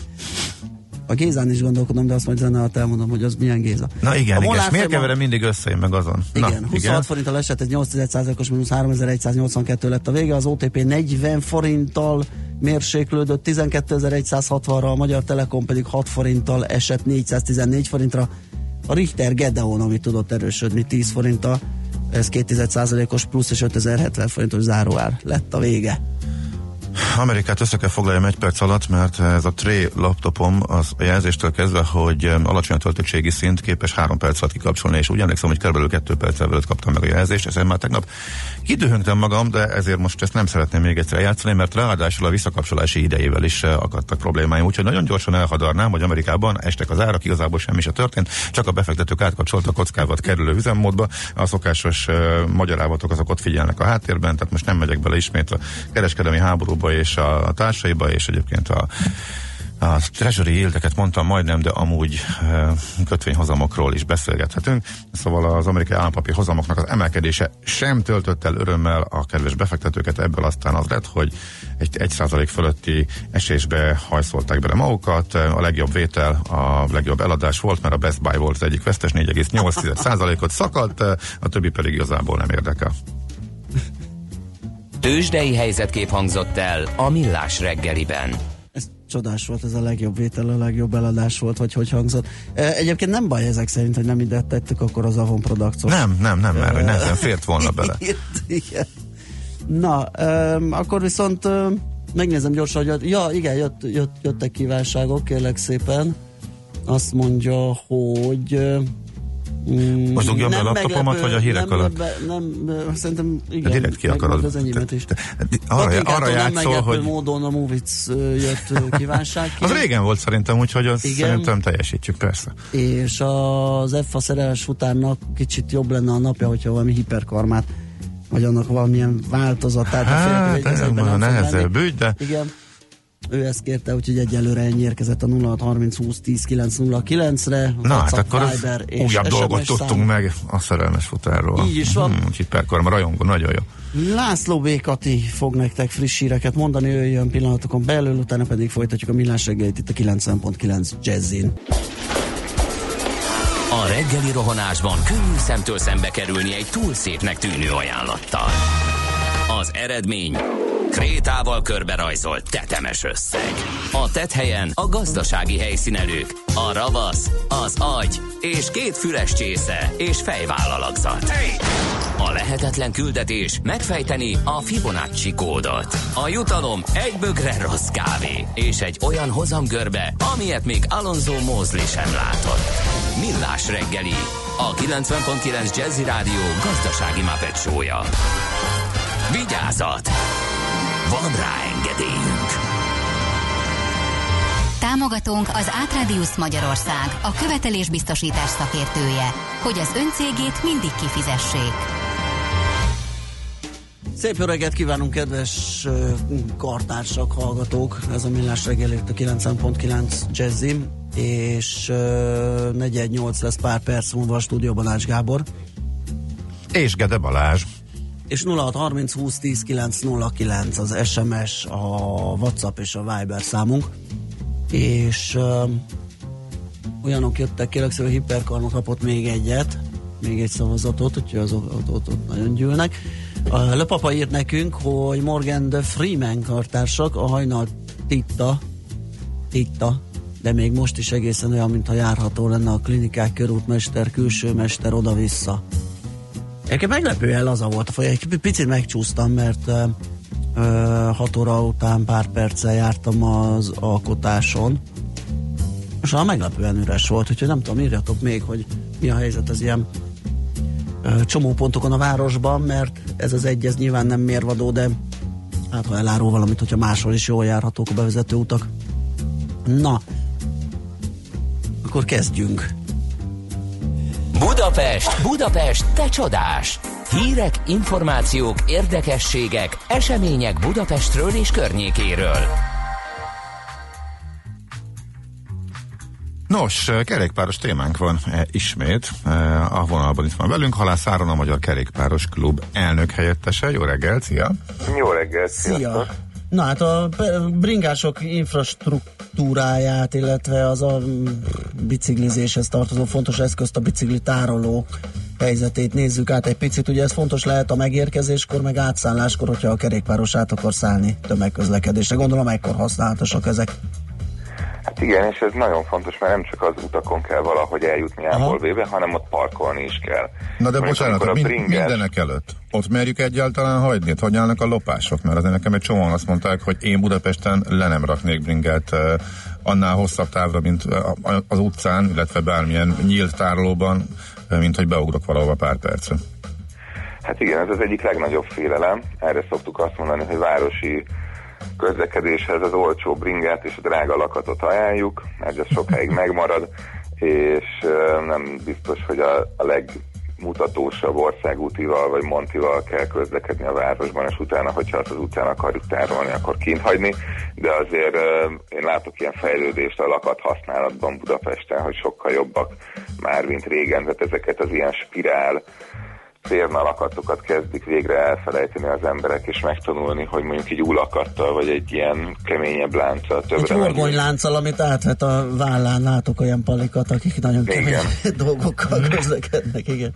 A Gézán is gondolkodom, de azt majd zene alatt elmondom, hogy az milyen Géza. Na igen, igen. És miért keverem mindig össze, én meg azon? Igen, Na, huszonhat forinttal esett, egy nyolc százalékos mínusz háromezer-egyszáznyolcvankettő lett a vége, az o té pé negyven forinttal mérséklődött tizenkétezer-százhatvanra, a Magyar Telekom pedig hat forinttal esett négyszáztizennégy forintra, a Richter Gedeon, ami tudott erősödni tíz forinttal, ez két százalékos plusz, és ötezer-hetven forintos záróár lett a vége. Amerikát össze kell foglaljam egy perc alatt, mert ez a Tré laptopom az a jelzéstől kezdve, hogy alacsony töltöttségi szint képes három perc alatt kikapcsolni, és úgy emlékszem, hogy körülbelül kettő perc előtt kaptam meg a jelzést, ezen már tegnap kidühöngtem magam, de ezért most ezt nem szeretném még egyszer eljátszani, mert ráadásul a visszakapcsolási idejével is akadtak problémáim, úgyhogy nagyon gyorsan elhadarnám, hogy Amerikában estek az árak, igazából semmi se történt, csak a befektetők átkapcsoltak kockávat kerülő üzemmódba, a szokásos uh, magyarávatok azok ott figyelnek a háttérben, tehát most nem megyek bele ismét a kereskedelmi háborúba és a társaiba, és egyébként a A treasury yieldeket mondtam majdnem, de amúgy e, kötvényhozamokról is beszélgethetünk. Szóval az amerikai állampapír hozamoknak az emelkedése sem töltött el örömmel a kedves befektetőket, ebből aztán az lett, hogy egy egy százalék fölötti esésbe hajszolták bele magukat. A legjobb vétel, a legjobb eladás volt, mert a Best Buy volt az egyik vesztes, négy egész nyolc százalékot szakadt, a többi pedig igazából nem érdekel. Tőzsdei helyzetkép hangzott el a Millás reggeliben. Csodás volt, ez a legjobb vétel, a legjobb eladás volt, vagy hogy hangzott. Egyébként nem baj ezek szerint, hogy nem ide tettük akkor az Avon Products-os. Nem, nem, nem, mert hogy nehezen fért volna bele. Igen. Na, um, akkor viszont um, megnézem gyorsan, hogy ja, igen, jött, jött, jöttek kívánságok, kérlek szépen. Azt mondja, hogy um, most dugjam be a laptopomat, vagy a hírek nem, alatt? Nem, nem, szerintem igen. De direkt ki akarod. Az enyémet is. Arra, arra játszol, hogy... módon a Movic jött kívánság. Az régen volt szerintem, úgyhogy azt igen. Szerintem teljesítjük, persze. És az ef á szerelés futárnak kicsit jobb lenne a napja, hogyha valami hiperkarmát, vagy annak valamilyen változatát. Hát, ez a nehezebb ügy, de... Igen. Ő ezt kérte, úgyhogy egyelőre ennyi érkezett a nulla hat harminc húsz tíz kilenc nulla kilencre. Na hát akkor újabb dolgot tudtunk meg a szerelmes futárról. Így is van. Hmm, hiperkarma rajongó, nagyon jó. László B. Kati fog nektek friss híreket mondani, ő jön pillanatokon belül, utána pedig folytatjuk a Millás reggelit itt a kilencven pont kilenc Jazzin. A reggeli rohanásban könnyű szemtől szembe kerülni egy túl szépnek tűnő ajánlattal. Az eredmény krétával körberajzolt tetemes összeg. A tetthelyen a gazdasági helyszínelők, a ravasz, az agy és két füles csésze és fejvállalakzat. A lehetetlen küldetés megfejteni a Fibonacci kódot. A jutalom egy bögre rossz kávé és egy olyan hozamgörbe, amilyet még Alonso Mosley sem látott. Millás reggeli, a kilencven pont kilenc Jazzy Rádió gazdasági Muppet show-ja. Vigyázat! Van rá engedélyünk! Támogatónk az Átradius Magyarország, a követelésbiztosítás szakértője, hogy az ön cégét mindig kifizessék. Szép jó reggelt kívánunk, kedves kartársak, hallgatók! Ez a Millás reggeli a kilencven pont kilenc Jazzy, és uh, negyven nyolc lesz pár perc múlva a stúdióban Ács Gábor. És Gede Balázs. És nulla hat harminc húsz tíz kilenc nulla kilenc az es em es, a WhatsApp és a Viber számunk. És uh, olyanok jöttek, kérlek szépen, Hiperkarma kapott még egyet, még egy szavazatot, úgyhogy azok ott, ott, ott nagyon gyűlnek. A Löpapa írt nekünk, hogy Morgan de Freeman kartársak, a hajnal titta, titta, de még most is egészen olyan, mintha járható lenne a klinikák, körútmester, külsőmester, oda-vissza. Egyébként meglepően laza volt a folyam, egy picit megcsúsztam, mert hat óra után pár perccel jártam az alkotáson, és már meglepően üres volt, úgyhogy nem tudom, írjatok még, hogy mi a helyzet az ilyen ö, csomópontokon a városban, mert ez az egy, ez nyilván nem mérvadó, de hát ha elárul valamit, hogyha máshol is jól járhatók a bevezető utak. Na, akkor kezdjünk. Budapest, Budapest, te csodás! Hírek, információk, érdekességek, események Budapestről és környékéről. Nos, kerékpáros témánk van e, ismét. E, a vonalban itt van velünk Halász Áron, a Magyar Kerékpáros Klub elnök helyettese. Jó reggelt, szia! Jó reggelt, szia! Na hát a bringások infrastruktúráját, illetve az a biciklizéshez tartozó fontos eszközt, a bicikli tároló helyzetét nézzük át egy picit. Ugye ez fontos lehet a megérkezéskor, meg átszálláskor, hogyha a kerékpáros át akar szállni tömegközlekedésre. Gondolom, ekkor használatosak ezek. Hát igen, és ez nagyon fontos, mert nem csak az utakon kell valahogy eljutni A-ból B-be, hanem ott parkolni is kell. Na de Mondjuk, bocsánat, mind, bringás... mindenek előtt. Ott merjük egyáltalán hagyni? Hogy állnak a lopások? Mert azért nekem egy csomóan azt mondták, hogy én Budapesten le nem raknék bringát uh, annál hosszabb távra, mint uh, az utcán, illetve bármilyen nyílt tárolóban, uh, mint hogy beugrok valahova pár percre. Hát igen, ez az egyik legnagyobb félelem. Erre szoktuk azt mondani, hogy városi közlekedéshez az olcsó bringát és a drága lakatot ajánljuk, mert ez sokáig megmarad, és nem biztos, hogy a, a legmutatósabb országútival vagy Montival kell közlekedni a városban, és utána, hogyha azt az utcán akarjuk tárolni, akkor kint hagyni, de azért én látok ilyen fejlődést a lakat használatban Budapesten, hogy sokkal jobbak már, mint régen, tehát ezeket az ilyen spirál cérna lakatokat kezdik végre elfelejteni az emberek, és megtanulni, hogy mondjuk egy úlakattal, vagy egy ilyen keményebb lánccal többre. Egy horgonylánccal, amit átvet a vállán, látok olyan palikat, akik nagyon kemény dolgokkal közlekednek, igen.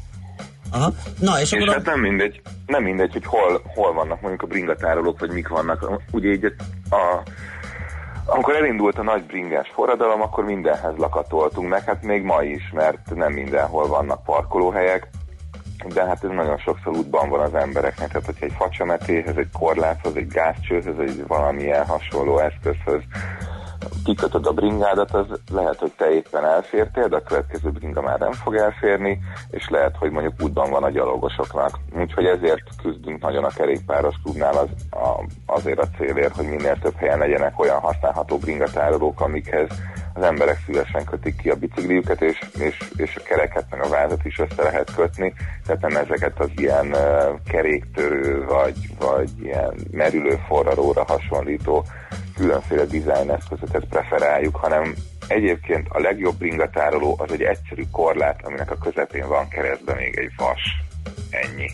Aha. Na, és, és akkor hát a... nem mindegy, nem mindegy, hogy hol, hol vannak mondjuk a bringatárolók, vagy mik vannak. Ugye így a Amikor elindult a nagy bringás forradalom, akkor mindenhez lakatoltunk, meg hát még ma is, mert nem mindenhol vannak parkolóhelyek, de hát ez nagyon sokszor útban van az embereknek, tehát hogyha egy facsametéhez, egy korláthoz, egy gázcsőhöz, egy valamilyen hasonló eszközhöz kikötöd a bringádat, az lehet, hogy te éppen elfértél, de a következő bringa már nem fog elférni, és lehet, hogy mondjuk útban van a gyalogosoknak. Úgyhogy ezért küzdünk nagyon a kerékpáros klubnál az, a, azért a célért, hogy minél több helyen legyenek olyan használható bringatárolók, amikhez az emberek szívesen kötik ki a bicikliüket, és, és, és a kereket meg a vázat is össze lehet kötni, tehát nem ezeket az ilyen uh, keréktörő vagy, vagy ilyen merülő forraróra hasonlító különféle design eszközöket preferáljuk, hanem egyébként a legjobb bringatároló az egy egyszerű korlát, aminek a közepén van keresztben még egy vas. Ennyi.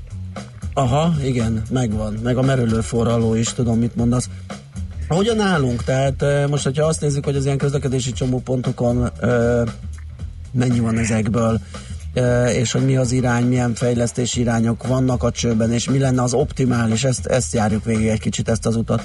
Aha, igen, megvan. Meg a merülő forraló is, tudom, mit mondasz. Hogyan állunk? Tehát most, hogyha azt nézzük, hogy az ilyen közlekedési csomópontokon uh, mennyi van ezekből, uh, és hogy mi az irány, milyen fejlesztési irányok vannak a csőben, és mi lenne az optimális, ezt, ezt járjuk végig egy kicsit, ezt az utat.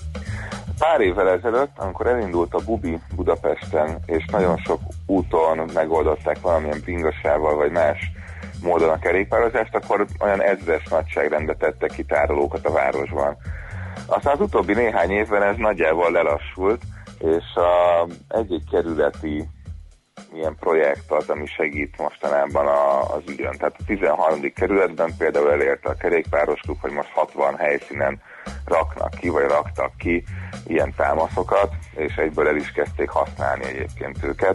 Pár évvel ezelőtt, amikor elindult a Bubi Budapesten, és nagyon sok úton megoldották valamilyen bringasával, vagy más módon a kerékpározást, akkor olyan ezres nagyságrendbe tettek ki tárolókat a városban. Aztán az utóbbi néhány évben ez nagyjából lelassult, és a egy-egy kerületi ilyen projekt az, ami segít mostanában a, az ügyön. Tehát a tizenharmadik kerületben például elérte a kerékpáros klub, hogy most hatvan helyszínen raknak ki, vagy raktak ki ilyen támaszokat, és egyből el is kezdték használni egyébként őket.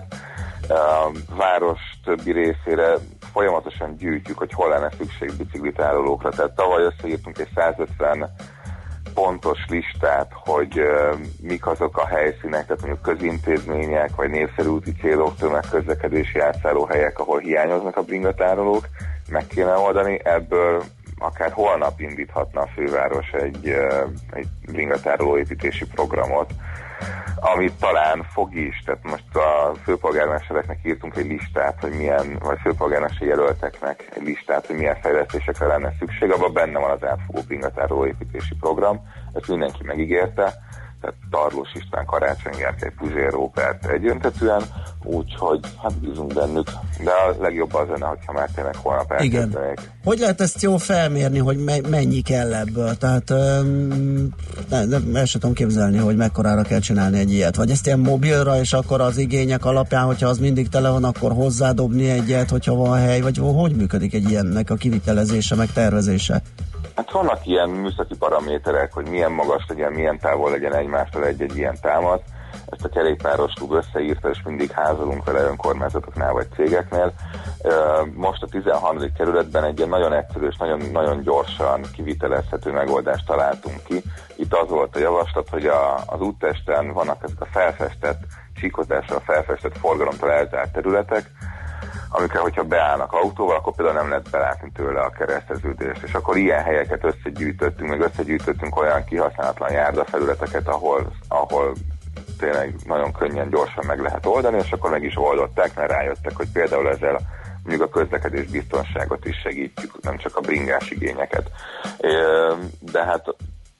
A város többi részére folyamatosan gyűjtjük, hogy hol lenne szükség biciklitárolókra. Tehát tavaly összeírtunk egy százötven pontos listát, hogy uh, mik azok a helyszínek, tehát mondjuk közintézmények, vagy népszerű úti célok, tömegközlekedési átszállóhelyek, ahol hiányoznak a bringatárolók, meg kéne oldani. Ebből akár holnap indíthatna a főváros egy, uh, egy bringatároló építési programot, amit talán fog is, tehát most a főpolgármestereknek írtunk egy listát, hogy milyen, vagy főpolgármester jelölteknek egy listát, hogy milyen fejlesztésekre lenne szükség, abban benne van az átfogó bringatároló építési program, ezt mindenki megígérte, tehát Tarlós István, Karácsony Gergely, Puzsér Róbert egyöntetően, úgyhogy hát bízunk bennük, de a legjobb az lenne, hogyha már tényleg holnap elkezdenék. Hogy lehet ezt jól felmérni, hogy me- mennyi kell ebből? Tehát um, ne, ne, el sem tudom képzelni, hogy mekkorára kell csinálni egy ilyet. Vagy ezt ilyen mobilra, és akkor az igények alapján, hogyha az mindig tele van, akkor hozzádobni egyet, hogyha van hely, vagy hogy működik egy ilyennek a kivitelezése, meg tervezése? Hát vannak ilyen műszaki paraméterek, hogy milyen magas legyen, milyen távol legyen egymástól egy-egy ilyen támad. Ezt a kerékpáros klub összeírta, és mindig házalunk vele önkormányzatoknál vagy cégeknél. Most a tizenharmadik kerületben egy ilyen nagyon egyszerű és nagyon, nagyon gyorsan kivitelezhető megoldást találtunk ki. Itt az volt a javaslat, hogy a, az úttesten vannak ezek a felfestett, csíkozással felfestett forgalomtól elzárt területek, amikor, hogyha beállnak autóval, akkor például nem lehet belátni tőle a kereszteződést. És akkor ilyen helyeket összegyűjtöttünk, meg összegyűjtöttünk olyan kihasználatlan járdafelületeket, ahol, ahol tényleg nagyon könnyen, gyorsan meg lehet oldani, és akkor meg is oldották, mert rájöttek, hogy például ezzel mondjuk a közlekedés biztonságot is segítjük, nem csak a bringás igényeket. De hát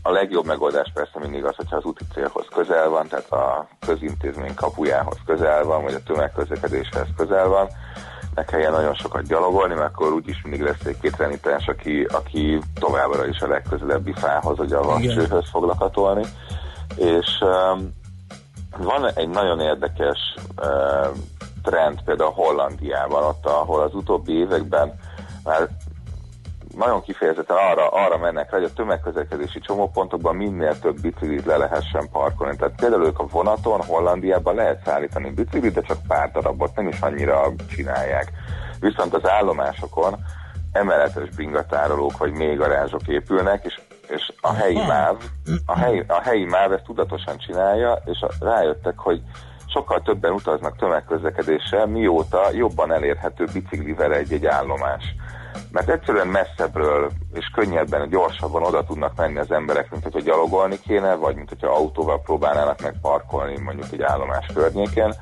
a legjobb megoldás persze mindig az, hogyha az úti célhoz közel van, tehát a közintézmény kapujához közel van, vagy a tömegközlekedéshez közel van, ne kelljen nagyon sokat gyalogolni, mert akkor úgyis mindig lesz egy-két renitens, aki, aki továbbra is a legközelebbi fához, vagy a vascsőhöz fog lakatolni. És um, van egy nagyon érdekes uh, trend például Hollandiában, ott, ahol az utóbbi években már nagyon kifejezetten arra, arra mennek rá, hogy a tömegközlekedési csomópontokban minél több biciklit le lehessen parkolni. Tehát például ők a vonaton Hollandiában lehet szállítani biciklit, de csak pár darabot, nem is annyira csinálják. Viszont az állomásokon emeletes bringatárolók vagy mély garázsok épülnek, és, és a helyi MÁV, a helyi, a helyi MÁV ezt tudatosan csinálja, és a, rájöttek, hogy sokkal többen utaznak tömegközlekedéssel, mióta jobban elérhető biciklivel egy-egy állomás. Mert egyszerűen messzebbről és könnyebben, gyorsabban oda tudnak menni az emberek, mint hogyha gyalogolni kéne, vagy mint hogyha autóval próbálnának meg parkolni mondjuk egy állomás környékén,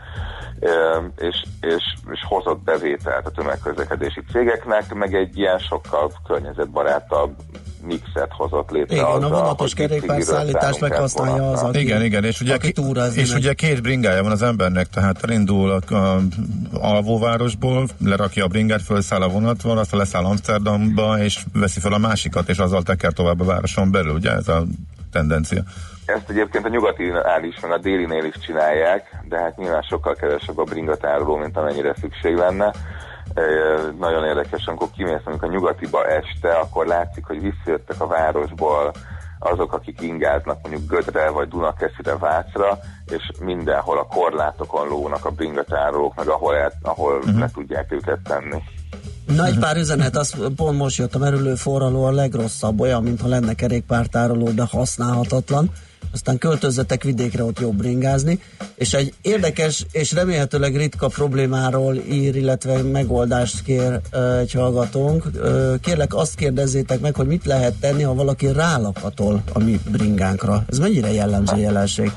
és, és, és hozott bevételt a tömegközlekedési cégeknek, meg egy ilyen sokkal környezetbarátabb mixet hozott létre. Igen, azzal, a vonatos kerékpárszállítást meghasználja az, aki, igen, igen, és ugye, aki túrázni. És ugye két bringája van az embernek, tehát elindul a, a alvóvárosból, lerakja a bringát, felszáll a vonatval, aztán leszáll Amsterdamba, és veszi fel a másikat, és azzal teker tovább a városon belül, ugye ez a tendencia. Ezt egyébként a nyugatinál is, meg a délinél is csinálják, de hát nyilván sokkal kevesebb a bringatároló, mint amennyire szükség lenne. E, nagyon érdekes, amikor kimész mondjuk a nyugatiba este, akkor látszik, hogy visszajöttek a városból azok, akik ingáznak mondjuk Gödre vagy Dunakeszire, Vácra, és mindenhol a korlátokon lógnak a bringatárolók, meg ahol, el, ahol uh-huh. le tudják őket tenni. Na, egy pár üzenet, az pont most jött a merülő forraló a legrosszabb, olyan, mintha lenne kerékpártároló, de használhatatlan. Aztán költözzetek vidékre, ott jobb bringázni. És egy érdekes és remélhetőleg ritka problémáról ír, illetve megoldást kér egy hallgatónk. Kérlek, azt kérdezzétek meg, hogy mit lehet tenni, ha valaki rálakatol a mi bringánkra. Ez mennyire jellemző jelenség?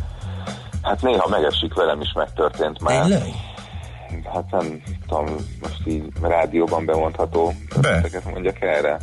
Hát néha megesik, velem is megtörtént már. Tényleg? Hát nem tudom, most így rádióban bemondható. Be. Mondjak erre.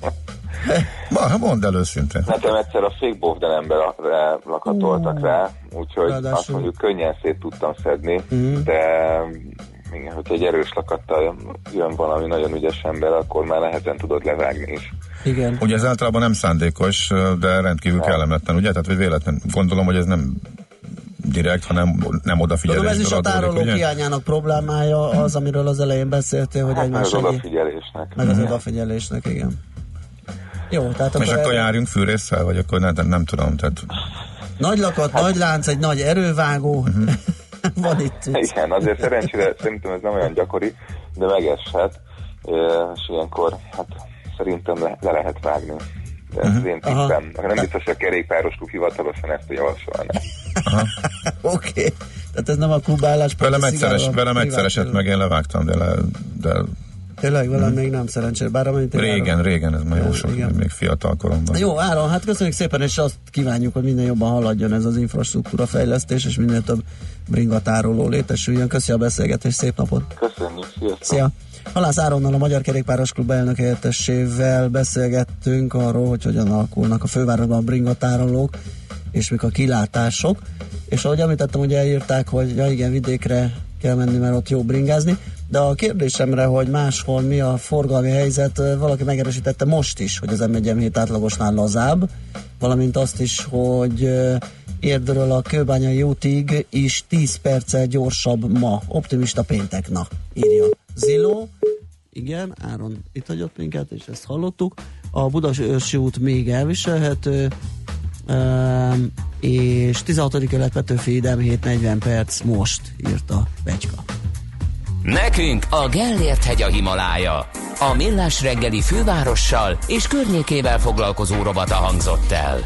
Ma, mondd el őszintén. Nekem egyszer a fékbovdelembe lakatoltak rá, úgyhogy Ráadásul. Azt mondjuk könnyen szét tudtam szedni, mm. de igen, hogyha egy erős lakattal jön valami nagyon ügyes ember, akkor már nehezen tudod levágni is. Igen. Ugye ez általában nem szándékos, de rendkívül nem. kellemetlen, ugye? Tehát, hogy véletlen. Gondolom, hogy ez nem direkt, hanem nem odafigyelésből adódik. Ez is a tárolók hiányának problémája az, amiről az elején beszéltél, hogy hát egymás meg az odafigyelésnek. Meg az odafigyelésnek, igen. Jó, tehát akkor... És akkor járjunk fűrésszel, vagy akkor nem, nem tudom, tehát... Nagy lakat, hát... nagy lánc, egy nagy erővágó, uh-huh. van itt. Igen, azért szerencsére szerintem ez nem olyan gyakori, de megeshet, és ilyenkor, hát szerintem le, le lehet vágni. De ez uh-huh. az én tippem. Nem biztos, hogy a kerékpáros klub hivatalosan ezt javasolná. Oké, okay. Tehát ez nem a klubállás. Velem egyszeres, velem egyszer esett meg, én levágtam, de... Le, de... Tényleg velem hmm. még nem szerencsére. Bár régen, áron... régen, ez már jó sok, még fiatal koromban. Jó, Áron, hát köszönjük szépen, és azt kívánjuk, hogy minél jobban haladjon ez az infrastruktúra fejlesztés, és minél több bringatároló létesüljön. Köszi a beszélgetést, szép napot! Köszönjük, sziasztok! Szia! Halász Áronnal, a Magyar Kerékpáros Klub elnök helyettesével beszélgettünk arról, hogy hogyan alakulnak a fővárosban a bringatárolók, és mik a kilátások. És ahogy említettem, hogy elírták, hogy ja igen, vidékre kell menni, mert ott jó bringázni, de a kérdésemre, hogy máshol mi a forgalmi helyzet, valaki megerősítette most is, hogy az em egy em hét átlagosnál lazább, valamint azt is, hogy Érdről a Kőbányai útig is tíz perccel gyorsabb ma. Optimista péntek, na, írja Ziló. Igen, Áron itt hagyott minket, és ezt hallottuk. A Budaörsi út még elviselhető, Um, és tizenhatodik kelet Petőfi em hét negyven perc most, írta Becska. Nekünk a Gellért hegy a Himalája. A Millás reggeli fővárossal és környékével foglalkozó rovata hangzott el.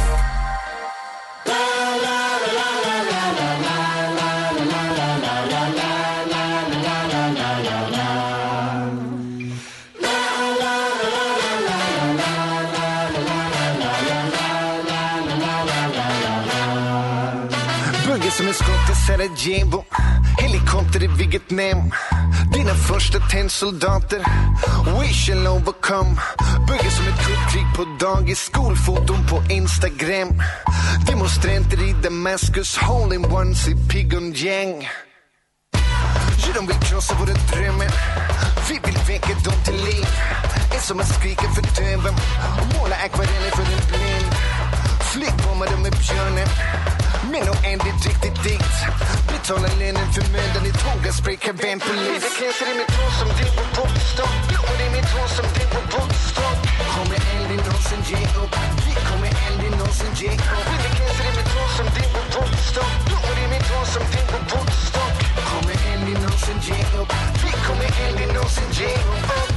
Som en skott i Sarajevo, helikopter i Vietnam. Dina första tennsoldater, wish and low overcome. Bygger som ett kuddkrig på dagis, skolfoton på Instagram. Demonstranter i Damaskus, hole-in-ones i Pyongyang. Ja, de vill krossa våra drömmar. Vi vill väcka dem till liv. Är som att skrika för döven och måla akvareller för en blind. Flygbombar med björnen, men nog ändligt riktigt dikt. Betalar lönen för mödan i tågaspray, kavenpolis. Det kläser i mitt hår som det på popstock. Blommor i mitt hår som det på popstock. Kommer aldrig någonsin ge upp. Vi kommer aldrig någonsin ge upp. Det kläser i mitt hår som det på popstock. Blommor i mitt hår som det på popstock. Kommer aldrig någonsin ge upp. Vi kommer aldrig någonsin ge upp.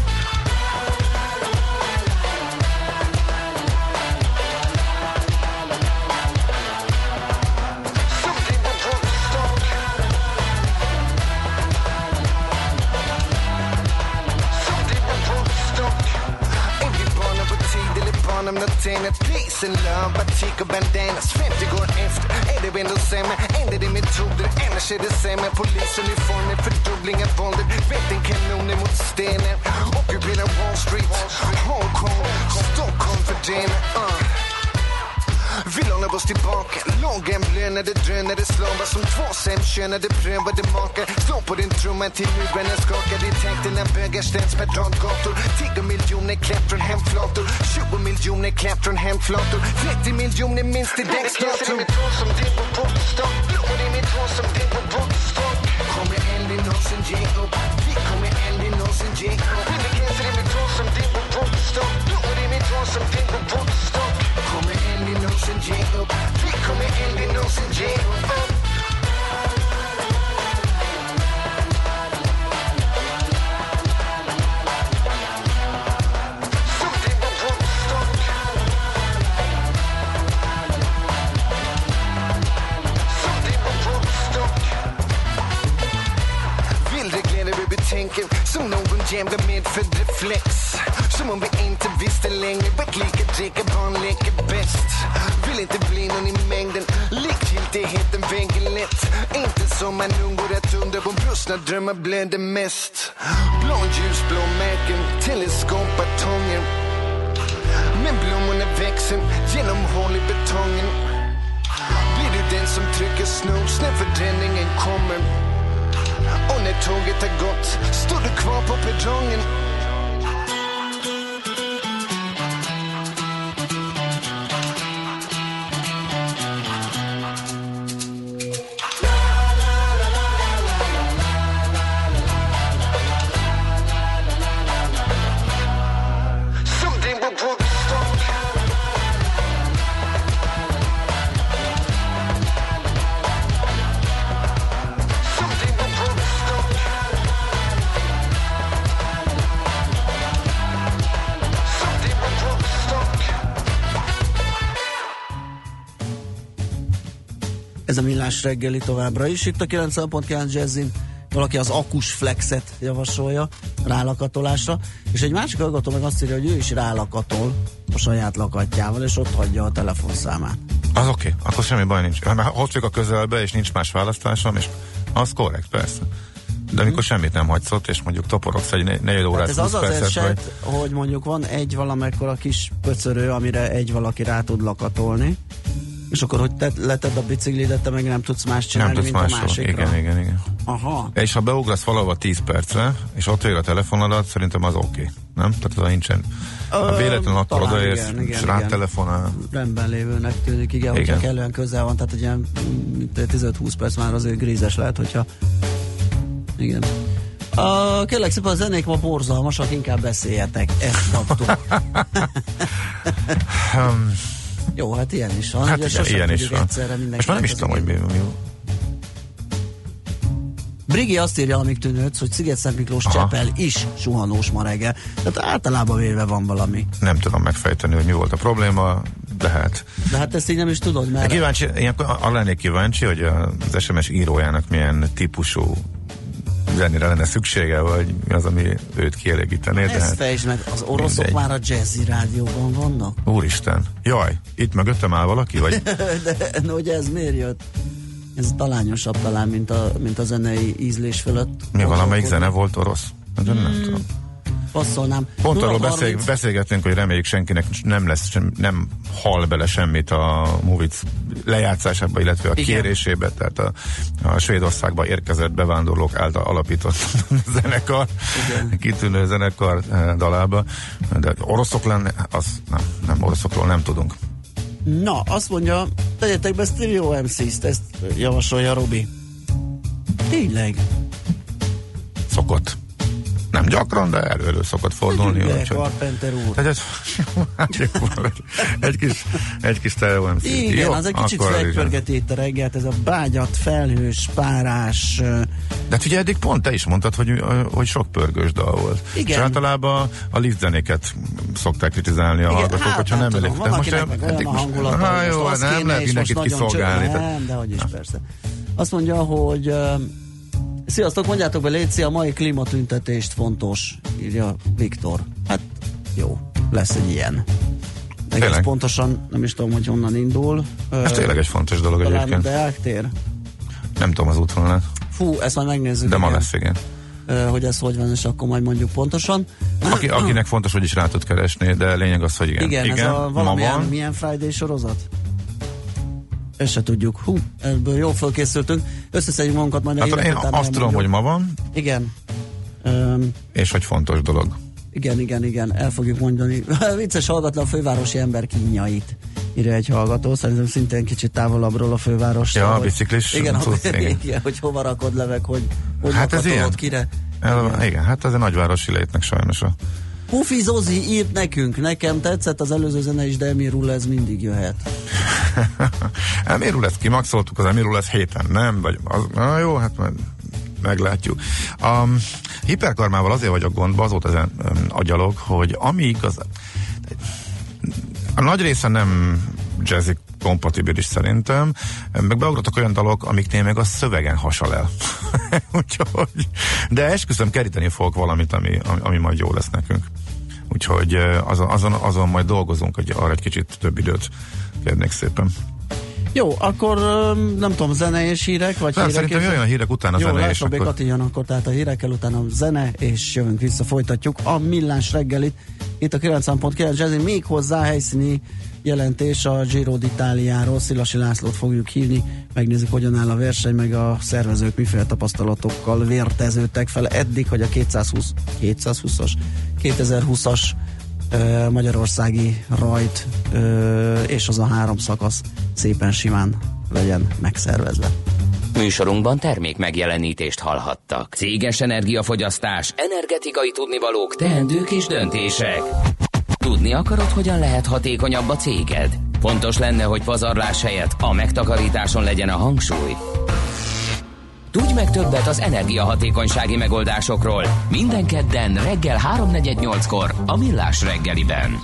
Om natten, peace and love, batik och bandanas. femtio går efter, är det ändå sämre? Ändrar det metoder, annars är det sämre. Polisuniformer, fördubbling av våldet. Vättenkanoner mot stenen. Ockupera Wall Street, Hongkong, Stockholm för den. uh. Vi lånar oss tillbaka. Lågemlönade drönare slavar som två sämkönade prövade makar. Slå på din trumma till murarna skakar. I takterna bögar ställs per radgator. tio miljoner klätt från hemflator. tjugo miljoner klätt från hemflator. trettio miljoner minst i däcksdator. Det är mitt hår som det på popstock. Blommor i mitt hår som det på popstock. Kommer aldrig någonsin ge upp. Vi kommer aldrig någonsin ge upp. Det är mitt hår som det på popstock. Blommor i mitt hår som det på popstock. Kommer aldrig någonsin ge upp. Vi kommer aldrig någonsin ge upp. Som någon jämde med för reflex. Som om vi inte visste längre vart lika dricka barn leker bäst. Vill inte bli någon i mängden. Likgiltigheten väger lätt. Inte som en ung går att undra på brustna drömmar blöder mest. Blond ljusblå märken, teleskopbatonger. Men blommorna växer genom hål i betongen. Blir du den som trycker snooze när förändringen kommer? Och när tåget har gått står du kvar på perrongen. Ez a Millás reggeli továbbra is. Itt a kilencven pont kilenc Jazzin valaki az akus flexet javasolja rálakatolásra, és egy másik hallgató meg azt írja, hogy ő is rálakatol a saját lakatjával, és ott hagyja a telefonszámát. Az oké, okay. Akkor semmi baj nincs. Hát, ott vagyok a közelbe, és nincs más választásom, és az korrekt, persze. De amikor semmit nem hagysz ott, és mondjuk toporogsz egy negyed órát, ez az az percet, eset, vagy... hogy mondjuk van egy valamekkora kis pöcörő, amire egy valaki rá tud lakatolni, és akkor, hogy te letted a biciklidet, te meg nem tudsz más csinálni, nem tudsz mint másról. a másikra. Igen, igen, igen. Aha. És ha beugrasz valahova tíz percre, és ott ér a telefonodat, szerintem az oké. Okay. Nem? Tehát az nincsen. Ha véletlenül akkor odaérsz, és rátelefonál. Rendben lévőnek tűnik, igen, igen. Hogyha kellően közel van, tehát egy ilyen tizenöt-húsz perc már azért grízes lehet, hogyha igen. Uh, kérlek szépen, a zenék ma borzalmasak, inkább beszéljetek. Ezt kaptuk. um, Jó, hát ilyen is van. Hát igen, ilyen is van. És már nem is tudom, hogy mi jó. Brigi azt írja, amíg tűnődsz, hogy Sziget-Szent Miklós Csepel is suhanós ma reggel. Tehát általában véve van valami. Nem tudom megfejteni, hogy mi volt a probléma, de hát... De hát ezt így nem is tudod, mert... Kíváncsi, én arra lennék kíváncsi, hogy az es em es írójának milyen típusú zenére lenne szüksége, vagy mi az, ami őt kielégítené. Ezt hát fejtsd meg, az oroszok mindegy. Már a Jazzy rádióban vannak? Úristen, jaj, itt mögöttem áll valaki, vagy? De no, ugye ez miért jött? Ez talányosabb talán, mint a, mint a zenei ízlés fölött. Mi valamelyik zene volt orosz? De hmm. nem tudom. passzolnám. Pont arról beszél, harminc beszélgettünk, hogy reméljük senkinek nem lesz, sem, nem hal bele semmit a Movic lejátszásába, illetve a igen. kérésébe, tehát a, a Svédországba érkezett bevándorlók által alapított zenekar, igen. kitűnő zenekar dalába, de oroszok lenne, az nem, nem oroszokról nem tudunk. Na, azt mondja, tegyetek be Stereo em cé-t, ezt javasolja Robi. Tényleg? Szokott. Nem gyakran, de elő szokott fordulni. Egy Carpenter úr. Tehát egy, egy kis, egy kis Stereo em cé. Igen, jó, az egy kicsit felpörgeti itt a reggelt, ez a bágyat, felhős, párás. De hát ugye eddig pont te is mondtad, hogy, hogy sok pörgős dal volt. Igen. És általában a lift zenéket szokták kritizálni a igen, hallgatók, hát, hogyha nem, nem elég. Van most meg olyan a hangulata, hát jó, nem lehet mindenkit kiszolgálni. Nem, de hogy is persze. Azt mondja, hogy uh, sziasztok, mondjátok be, létszi, a mai klímatüntetést fontos, írja Viktor. Hát jó, lesz egy ilyen. Egész pontosan, nem is tudom, hogy honnan indul. Ez uh, tényleg egy fontos dolog talán egyébként. Talán a Deák tér? Nem tudom az útvonalát. Fú, ezt majd megnézzük. De ma igen. lesz, igen. Uh, hogy ez hogy van, és akkor majd mondjuk pontosan. Aki, akinek fontos, hogy is rá tud keresni, de lényeg az, hogy igen. Igen, igen ez a valamilyen milyen Friday sorozat? Ezt se tudjuk. Hú, ebből jól fölkészültünk. Összeszedjük magunkat majd a hát én azt tudom, hogy ma van. Igen. Um, és hogy fontos dolog. Igen, igen, igen. El fogjuk mondani. Vicces hallgatlan a fővárosi ember kínjait. Írja egy hallgató. Szerintem szintén kicsit távolabbról a főváros. Ja, a biciklis. Igen, tudsz, igen. igen, hogy hova rakod le, meg hogy, hogy hát ez ilyen. Kire. El, igen. igen, hát ez a nagyvárosi létnek sajnos a... Pufi Zozi írt nekünk, nekem tetszett az előző zene is, de Emirul ez mindig jöhet. Emirul ezt kimaxoltuk, az Emirul ez héten, nem? Vagy az, na jó, hát majd meglátjuk. A hiperkarmával azért vagyok gondba, azóta ezen um, agyalog, hogy amíg az... A nagy része nem jazzy kompatibilis szerintem, meg beugratok olyan dalok, amiknél meg a szövegen hasal el. Úgyhogy, de esküszöm, keríteni fogok valamit, ami, ami, ami majd jó lesz nekünk. Úgyhogy azon, azon, azon majd dolgozunk, hogy arra egy kicsit több időt kérnék szépen. Jó, akkor nem tudom, zene és hírek, vagy nem, hírek szerintem és... jöjjön a hírek, utána a jó, zene és akkor... Jó, akkor... akkor tehát a hírekkel, utána a zene, és jövünk vissza, folytatjuk a Millás reggelit. Itt a kilencven pont kilenc Jazzy, még hozzá helyszíni jelentés a Giro d'Italiáról. Szilasi Lászlót fogjuk hívni, megnézzük, hogyan áll a verseny, meg a szervezők miféle tapasztalatokkal vérteződtek fel eddig, hogy a kétszázhúsz, kétszázhúszas, kétezer-húszas uh, magyarországi rajt uh, és az a három szakasz szépen simán legyen megszervezve. Műsorunkban termék megjelenítést hallhattak. Céges energiafogyasztás, energetikai tudnivalók, teendők és döntések. Tudni akarod, hogyan lehet hatékonyabb a céged? Fontos lenne, hogy pazarlás helyett a megtakarításon legyen a hangsúly. Tudj meg többet az energiahatékonysági megoldásokról minden kedden reggel háromnegyed nyolckor a Millás reggeliben.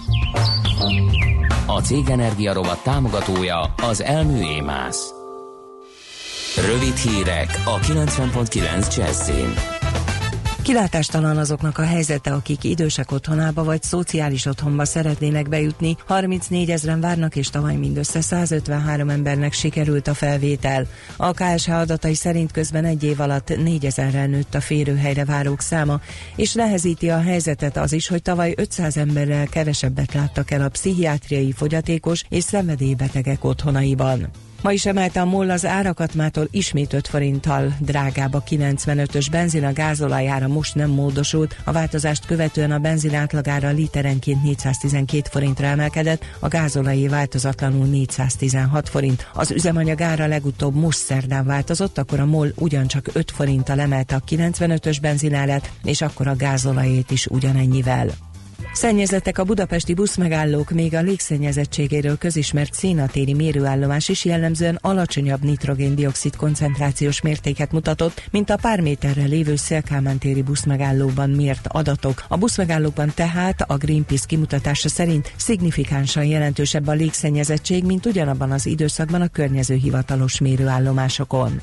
A Cég Energia rovat támogatója az Elmű Émász. Rövid hírek a kilencven pont kilenc Jazzyn. Kilátástalan azoknak a helyzete, akik idősek otthonába vagy szociális otthonba szeretnének bejutni. harmincnégy ezren várnak, és tavaly mindössze százötvenhárom embernek sikerült a felvétel. A ká es há adatai szerint közben egy év alatt négyezerrel nőtt a férőhelyre várók száma, és nehezíti a helyzetet az is, hogy tavaly ötszáz emberrel kevesebbet láttak el a pszichiátriai fogyatékos és szenvedélybetegek otthonaiban. Ma is emelte a MOL az árakat, mától ismét öt forinttal drágább a kilencvenötös benzin, a gázolajára most nem módosult, a változást követően a benzin átlagára literenként négyszáztizenkét forintra emelkedett, a gázolajé változatlanul négyszáztizenhat forint. Az üzemanyag ára legutóbb most szerdán változott, akkor a MOL ugyancsak öt forinttal emelte a kilencvenötös benzinárát, és akkor a gázolajét is ugyanennyivel. Szennyezettek a budapesti buszmegállók, még a légszennyezettségéről közismert szénatéri mérőállomás is jellemzően alacsonyabb nitrogén-dioxid koncentrációs mértéket mutatott, mint a pár méterre lévő Széll-Kálmán téri buszmegállóban mért adatok. A buszmegállókban tehát a Greenpeace kimutatása szerint szignifikánsan jelentősebb a légszennyezettség, mint ugyanabban az időszakban a környező hivatalos mérőállomásokon.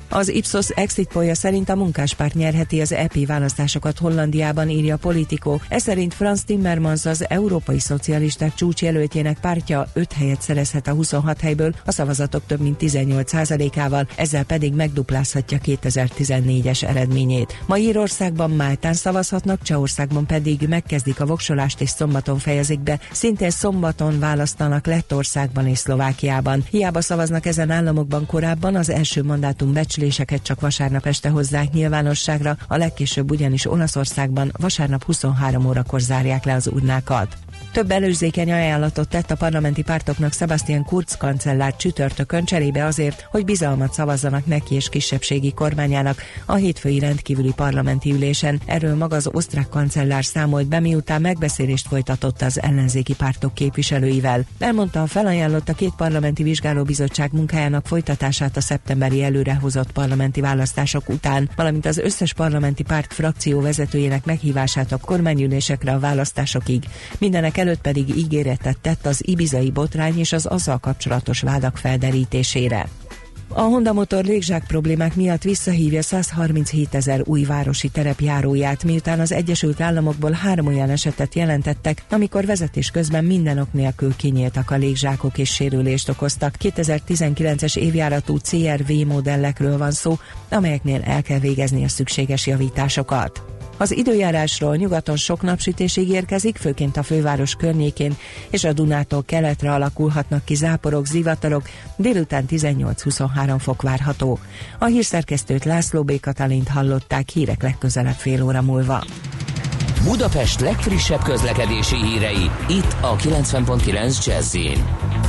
Az Ipsos exit pollja szerint a Munkáspárt nyerheti az é pé választásokat Hollandiában, írja Politico. Ez szerint Frans Timmermans, az Európai Szocialisták csúcsjelöltjének pártja öt helyet szerezhet a huszonhat helyből, a szavazatok több mint tizennyolc százalékával, ezzel pedig megduplázhatja kétezer-tizennégyes eredményét. Ma Írországban, Máltán szavazhatnak, Csehországban pedig megkezdik a voksolást és szombaton fejezik be. Szintén szombaton választanak Lettországban és Szlovákiában. Hiába szavaznak ezen államokban korábban, az első mandátum becsléseket csak vasárnap este hozzák nyilvánosságra, a legkésőbb ugyanis Olaszországban vasárnap huszonhárom órakor zárják le az urnákat. Több előzékeny ajánlatot tett a parlamenti pártoknak Sebastian Kurz kancellár csütörtökön cserébe azért, hogy bizalmat szavazzanak neki és kisebbségi kormányának a hétfői rendkívüli parlamenti ülésen. Erről maga az osztrák kancellár számolt be, miután megbeszélést folytatott az ellenzéki pártok képviselőivel. Elmondta, felajánlott a két parlamenti vizsgálóbizottság munkájának folytatását a szeptemberi előrehozott parlamenti választások után, valamint az összes parlamenti párt frakció vezetőjének meghívását a kormányülésekre a választásokig. Mindenek előtt pedig ígéretet tett az ibizai botrány és az azzal kapcsolatos vádak felderítésére. A Honda Motor légzsák problémák miatt visszahívja százharminchétezer új városi terepjáróját, miután az Egyesült Államokból három olyan esetet jelentettek, amikor vezetés közben minden ok nélkül kinyíltak a légzsákok és sérülést okoztak. kétezer-tizenkilences évjáratú cé er vé modellekről van szó, amelyeknél el kell végezni a szükséges javításokat. Az időjárásról: nyugaton sok napsütés ígérkezik, főként a főváros környékén, és a Dunától keletre alakulhatnak ki záporok, zivatarok, délután tizennyolc-huszonhárom fok várható. A hírszerkesztőt, László B. Katalint hallották, hírek legközelebb fél óra múlva. Budapest legfrissebb közlekedési hírei, itt a kilencven pont kilenc Jazz-in.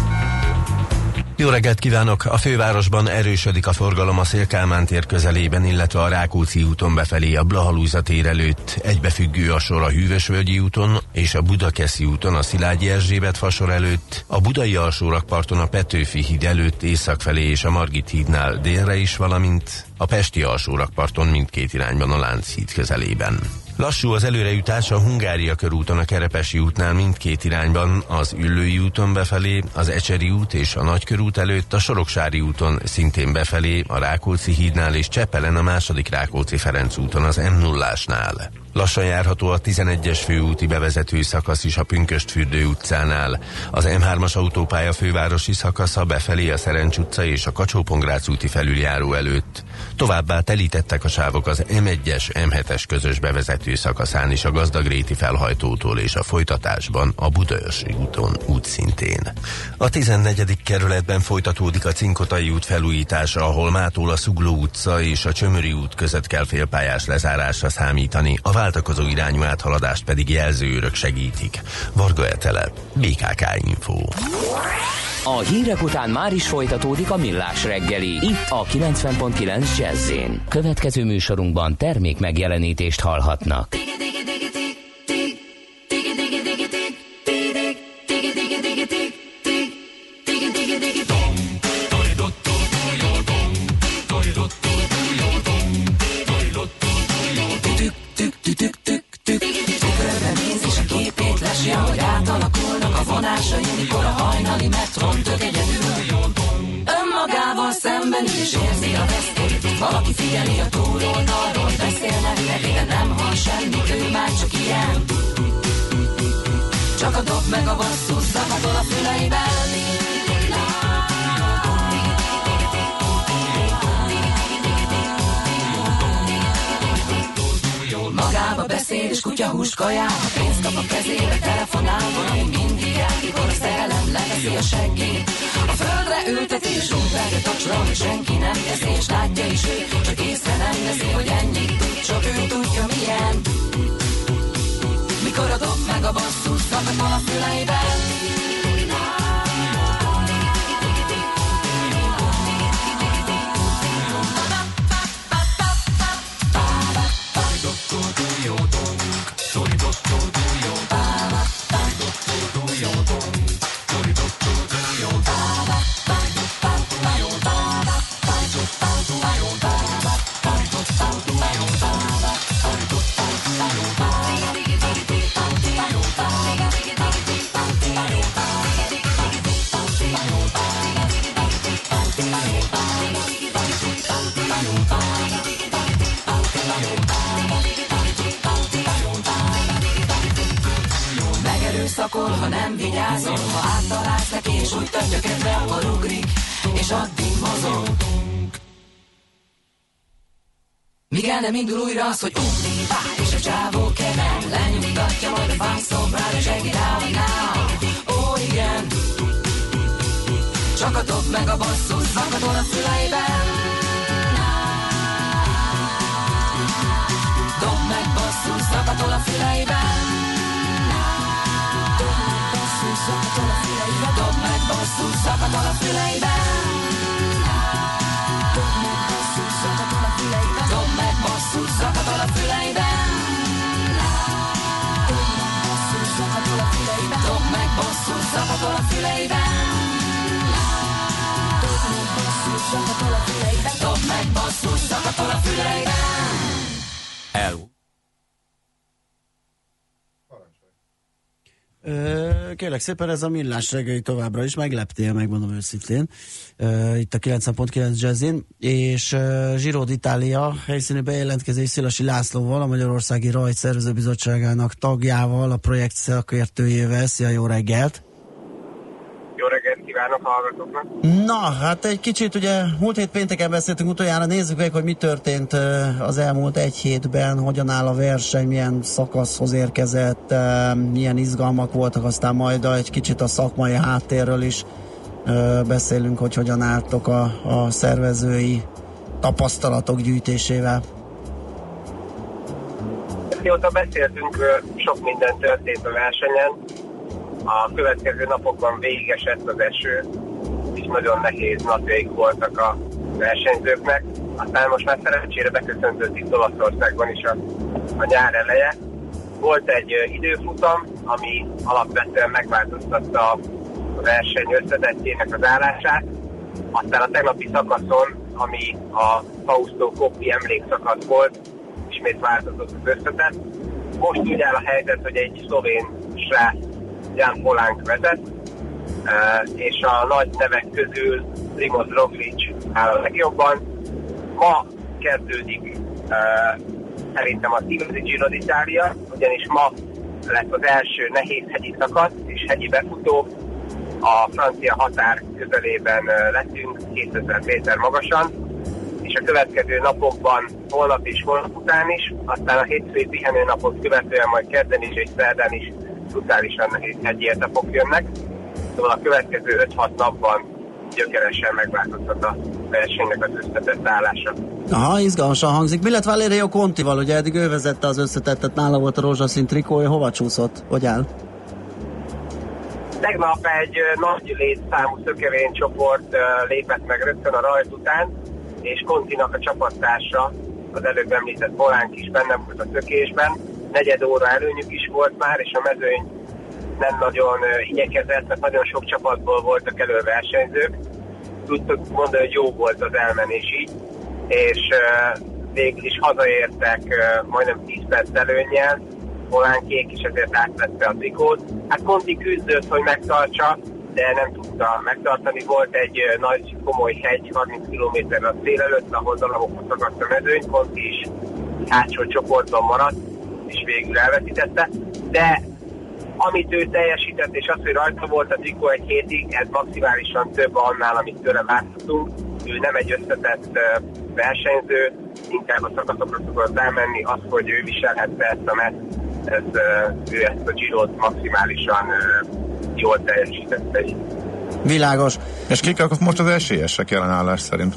Jó reggelt kívánok! A fővárosban erősödik a forgalom a Széll-Kálmán tér közelében, illetve a Rákóczi úton befelé a Blaha-Lujza tér előtt. Egybefüggő a sor a Hűvösvölgyi úton és a Budakeszi úton a Szilágyi Erzsébet fasor előtt, a Budai alsórakparton a Petőfi híd előtt észak felé és a Margit hídnál délre is, valamint a Pesti alsórakparton mindkét irányban a Lánchíd közelében. Lassú az előrejutás a Hungária körúton a Kerepesi útnál mindkét irányban, az Üllői úton befelé, az Ecseri út és a Nagykörút előtt, a Soroksári úton szintén befelé, a Rákóczi hídnál és Csepelen a második Rákóczi-Ferenc úton az em nullásnál. Lassan járható a tizenegyes főúti bevezető szakasz is a Pünkösdfürdő utcánál. Az em hármas autópálya fővárosi szakasza befelé a Szerencs utca és a Kacsó-Pongrác úti felüljáró előtt. Továbbá telítettek a sávok az em egyes em hetes közös bevezető szakaszán is a Gazdagréti felhajtótól és a folytatásban a Budaörsi úton útszintén. A tizennegyedik kerületben folytatódik a Cinkotai út felújítása, ahol mától a Szugló utca és a Csömöri út között kell félpályás lezárásra számítani, a váltakozó irányú áthaladást pedig jelzőőrök segítik. Varga Etele, bé ká ká Info. A hírek után már is folytatódik a Millás reggeli, itt a kilencven pont kilenc Jazz-in. Következő műsorunkban termék megjelenítést hallhatnak. Hogy átalakulnak a vonásai, mikor a hajnali metron tök egyedül. Önmagával szemben is érzi a vesztét. Valaki figyeli a túloldalról, beszélnek neki, de nem hall semmit, ő már csak ilyen. Csak a dob meg a basszus zakatol a füleiben. Magába beszél és kutyahúst kajál, ha pénzt kap a kezébe, telefonál, valami mindig el, mikor a szerelem leveszi a seggét. A földre ülteti és útvágy a tacsra, hogy senki nem teszi, és látja is ő, csak észre nem veszi, hogy ennyit tud, csak ő tudja milyen. Mikor a dob meg a basszus zakatol a füleiben. erőszakol, ha nem vigyázol. Ha áttalálsz neki és úgy tartja kedve, akkor ugrik, és addig mozog. Míg el nem indul újra az, hogy ugri, és a csávó keven, lenyugtatja majd a fászomrád, és check it out now. Ó, igen. Csak a dob meg a basszus, zakatol a füleiben. Dob meg basszus, zakatol a füleiben. Dob meg basszus, zakatol a füleiben. Dob meg basszus, zakatol a füleiben. Dob meg basszus, zakatol a füleiben. Dob meg basszus, zakatol a füleiben. Dob meg basszus, zakatol a füleiben. Dob meg basszus, zakatol a füleiben. Dob meg basszus, zakatol a füleiben. El. Kérlek szépen, ez a Millás reggeli továbbra is, megleptél, megmondom őszintén. Ö, itt a kilencven pont kilenc Jazzin, és uh, Giro d'Italia helyszíni bejelentkezés Szilasi Lászlóval, a Magyarországi Rajt Szervezőbizottságának tagjával, a projekt szakértőjével. Szia, jó reggelt! Jó reggelt kívánok hallgatóknak! Na, hát egy kicsit ugye múlt hét pénteken beszéltünk utoljára, nézzük meg, hogy mi történt az elmúlt egy hétben, hogyan áll a verseny, milyen szakaszhoz érkezett, milyen izgalmak voltak, aztán majd egy kicsit a szakmai háttérről is beszélünk, hogy hogyan álltok a, a szervezői tapasztalatok gyűjtésével. Mióta beszéltünk, sok minden történt a versenyen. A következő napokban végigesett az eső, és nagyon nehéz napjaik voltak a versenyzőknek. Aztán most már szerencsére beköszöntött itt Olaszországban is a, a nyár eleje. Volt egy időfutam, ami alapvetően megváltoztatta a verseny összetettjének az állását. Aztán a tegnapi szakaszon, ami a Fausto Coppi emlékszakasz volt, ismét változott az összetett. Most úgy áll a helyzet, hogy egy szlovén srác, Jan Polánk vezet, és a nagy nevek közül Primož Roglič áll a legjobban. Ma kezdődik szerintem az igazi Giro d'Italia, ugyanis ma lesz az első nehéz hegyi szakasz és hegyi befutó. A francia határ közelében leszünk, kétezer méter magasan, és a következő napokban, holnap és holnap után is, aztán a hétfői pihenőnapot követően majd kedden is és szerdán is brutálisan nehéz hegyi etapok jönnek. Szóval a következő öt-hat napban gyökeresen megváltoztat a versenynek az összetett állása. Aha, izgalmasan hangzik. Mi lett Valerio Contival? Ugye eddig ő vezette az összetettet, nála volt a rózsaszín trikója, hova csúszott? Hogy áll? Tegnap egy nagy létszámú szökevény csoport lépett meg rögtön a rajt után, és Continak a csapattársa, az előbb említett Polánk is benne volt a szökésben. Negyed óra előnyük is volt már, és a mezőny nem nagyon igyekezett, mert nagyon sok csapatból voltak elő versenyzők. Tudtuk mondani, hogy jó volt az elmenés így, és uh, végül is hazaértek uh, majdnem tíz perc előnnyel. Polánkék is ezért átvette a trikót. Hát Conti küzdött, hogy megtartsa, de nem tudta megtartani. Volt egy uh, nagy komoly hegy, harminc kilométerre a cél előtt, ahol darabokra szakadt a mezőny. Conti is hátsó csoportban maradt, és végül elveszítette. De amit ő teljesített, és az, hogy rajta volt a trikó egy hétig, ez maximálisan több annál, amit tőle várhatunk. Ő nem egy összetett uh, versenyző, inkább a szakaszokra szokott elmenni. Az, hogy ő viselhette ezt a meszt, ez, uh, ő ezt a Girot maximálisan uh, jól teljesítette. Világos. És kik most az esélyesek jelenállás szerint?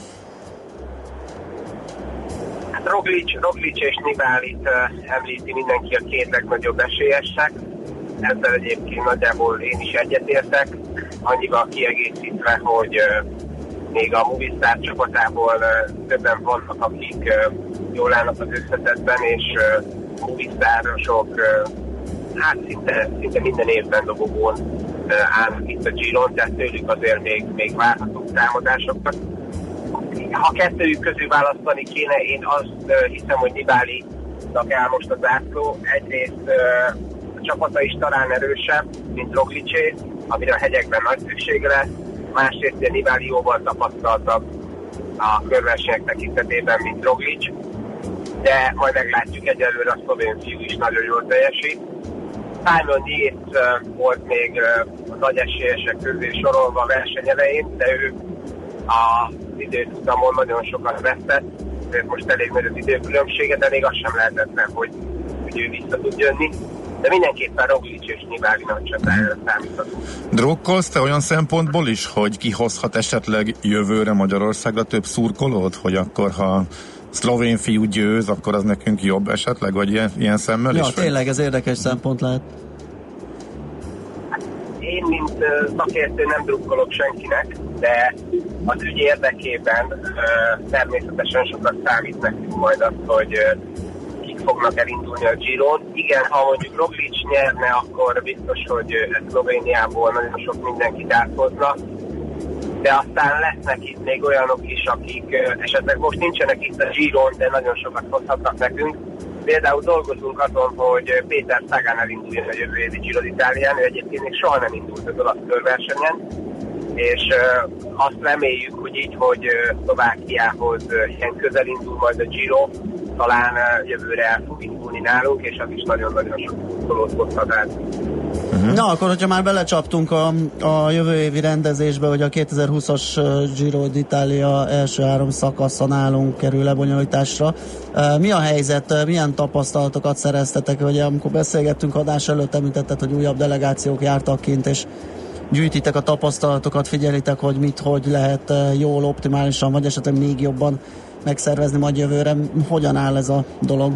Hát Roglič, Roglič és Nibálit uh, említi mindenki a két legnagyobb esélyesnek. Ezzel egyébként nagyjából én is egyetértek, annyival kiegészítve, hogy uh, még a Movistar csapatából uh, többen vannak, akik uh, jól állnak az összetetben, és uh, Movistarosok uh, hát szinte, szinte minden évben dobogón uh, állnak itt a Giron, tehát tőlük azért még, még várhatunk támadásokat. Ha kettőjük közül választani kéne, én azt uh, hiszem, hogy Nibalinak áll most a zászló. Egyrészt uh, csapata is talán erősebb, mint Rogličé, amire a hegyekben nagy szüksége lesz. Másrészt a Nibali jóval tapasztaltabb a körversenyek tekintetében, mint Roglič, de majd meglátjuk, egyelőre a szlovén fiú is nagyon jól teljesít. Simon Yates volt még a nagy esélyesek közé sorolva a verseny elején, de ő az időfutamon nagyon sokat vesztett, ezért most elég nagy az időkülönbsége, de még az sem lehetetlen, hogy, hogy ő vissza tud jönni. De mindenképpen Roglic és Nibali nagy csatára számíthatunk. Drukkolsz te olyan szempontból is, hogy kihozhat esetleg jövőre Magyarországra több szurkolót, hogy akkor ha szlovén fiú győz, akkor az nekünk jobb esetleg, vagy ilyen, ilyen szemmel ja, is? Ja, tényleg ez érdekes szempont lehet. Én, mint uh, szakértő nem drukkolok senkinek, de az ügy érdekében uh, természetesen sokat számít nekünk majd az, hogy uh, kik fognak elindulni a Giron. Igen, ha mondjuk Roglic nyerne, akkor biztos, hogy uh, Szlovéniából nagyon sok mindenkit áthozna, de aztán lesznek itt még olyanok is, akik uh, esetleg most nincsenek itt a Giron, de nagyon sokat hozhatnak nekünk. Például dolgozunk azon, hogy Péter Sagan elinduljon a jövő évi Giro d'Italián, ő egyébként még soha nem indult az olasz körversenyen, és uh, azt reméljük, hogy így, hogy uh, Szlovákiához uh, ilyen közel indul majd a Giro, talán uh, jövőre el fog indulni nálunk, és az is nagyon-nagyon sok szólót hozhat át. Uh-huh. Na, akkor, hogyha már belecsaptunk a, a jövő évi rendezésbe, hogy a kétezer-húszas Giro d'Italia első három szakasza nálunk kerül lebonyolításra. Mi a helyzet, milyen tapasztalatokat szereztetek, hogy amikor beszélgettünk adás előtt, említetted, hogy újabb delegációk jártak kint, és gyűjtitek a tapasztalatokat, figyelitek, hogy mit, hogy lehet jól, optimálisan, vagy esetleg még jobban megszervezni majd jövőre. Hogyan áll ez a dolog?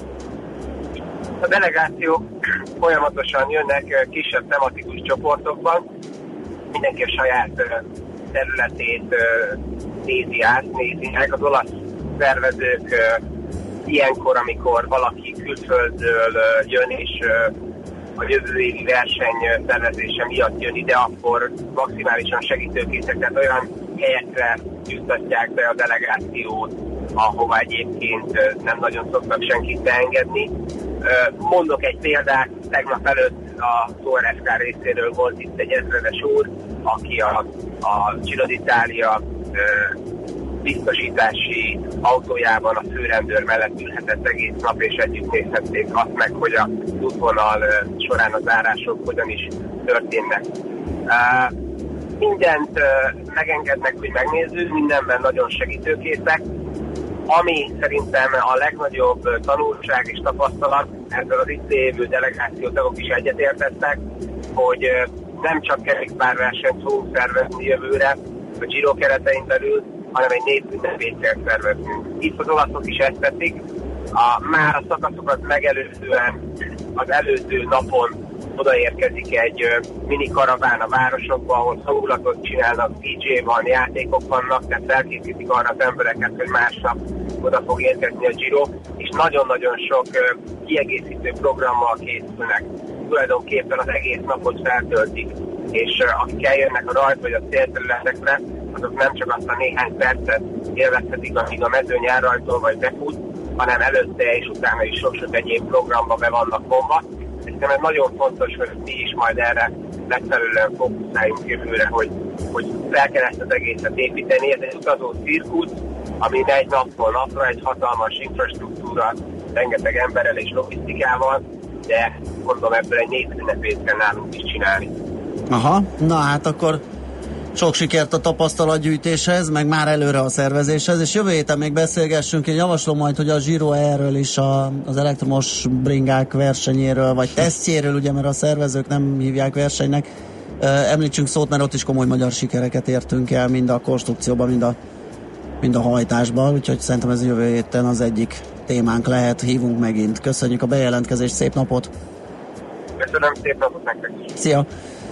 A delegációk folyamatosan jönnek kisebb tematikus csoportokban, mindenki a saját területét nézi át, nézi meg. Az olasz szervezők ilyenkor, amikor valaki külföldről jön és a jövő évi verseny szervezése miatt jön ide, akkor maximálisan segítőkészek, tehát olyan helyekre juttatják be a delegációt, ahova egyébként nem nagyon szoktak senkit beengedni. Mondok egy példát, tegnap előtt a Tour ef ká részéről volt itt egy ezredes úr, aki a, a Giro d'Italia biztosítási autójában a főrendőr mellett ülhetett egész nap, és együtt nézhették azt meg, hogy a útvonal során a zárások hogyan is történnek. Mindent megengednek, hogy megnézzük, mindenben nagyon segítőkészek. Ami szerintem a legnagyobb tanulság és tapasztalat, ezzel az itt lévő delegációtagok is egyetértettek, hogy nem csak kerékpárversenyt fogunk szervezni jövőre a Giro keretein belül, hanem egy népünnepét kell szerveznünk. Itt az olaszok is ezt teszik. A, már a szakaszokat megelőzően az előző napon odaérkezik egy mini karaván a városokba, ahol hangulatot csinálnak, dé dzsé van, játékok vannak, tehát felkészítik arra az embereket, hogy másnap oda fog érkezni a Giro, és nagyon-nagyon sok kiegészítő programmal készülnek. Tulajdonképpen az egész napot feltöltik, és akik eljönnek a rajt vagy a célterületekre, azok nem csak azt a néhány percet élvezhetik, amíg a mezőny jár rajtól vagy befut, hanem előtte és utána is sok-sok egyéb programba be vannak vonva. Szerintem ez nagyon fontos, hogy mi is majd erre megfelelően fókuszáljunk jövőre, hogy, hogy fel kell ezt az egészet építeni. Ez egy utazó cirkusz, ami egy napról napra egy hatalmas infrastruktúra, rengeteg emberrel és logisztikával, de mondom, ebből egy népünnepét kell nálunk is csinálni. Aha, na hát akkor sok sikert a tapasztalatgyűjtéshez, meg már előre a szervezéshez, és jövő héten még beszélgessünk. Én javaslom majd, hogy a Giro erről is, a, az elektromos bringák versenyéről, vagy tesztjéről, ugye, mert a szervezők nem hívják versenynek, említsünk szót, mert ott is komoly magyar sikereket értünk el, mind a konstrukcióban, mind a, mind a hajtásban, úgyhogy szerintem ez jövő héten az egyik témánk lehet, hívunk megint. Köszönjük a bejelentkezést, szép napot! Köszönöm, szép napot nektek! Szia!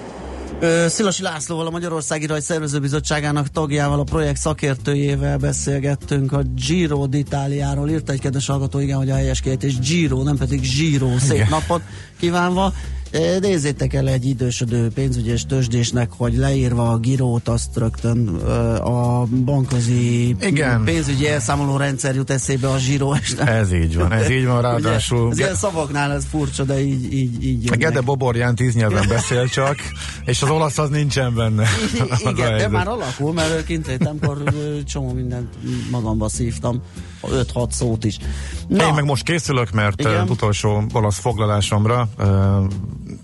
Szilasi Lászlóval, a Magyarországi Rajt Szervezőbizottságának tagjával, a projekt szakértőjével beszélgettünk a Giro d'Italiáról. Írta egy kedves hallgató, igen, hogy a helyes kiejtés Giro, nem pedig Giro. Szép igen. Napot kívánva. Nézzétek el egy idősödő pénzügyi és tőzsdésnek, hogy leírva a Girót, azt rögtön a bankközi pénzügyi elszámoló rendszer jut eszébe a Giro este. Ez így van, ez így van, ráadásul. Ugye, ez ilyen szavaknál ez furcsa, de így, így, így jön. Gede Boborján tíz nyelven beszél csak, és az olasz az nincsen benne. I- igen, de már alakul, mert kint létemkor csomó mindent magamba szívtam, öt-hat szót is. Na. Én meg most készülök, mert igen. utolsó olasz foglalásomra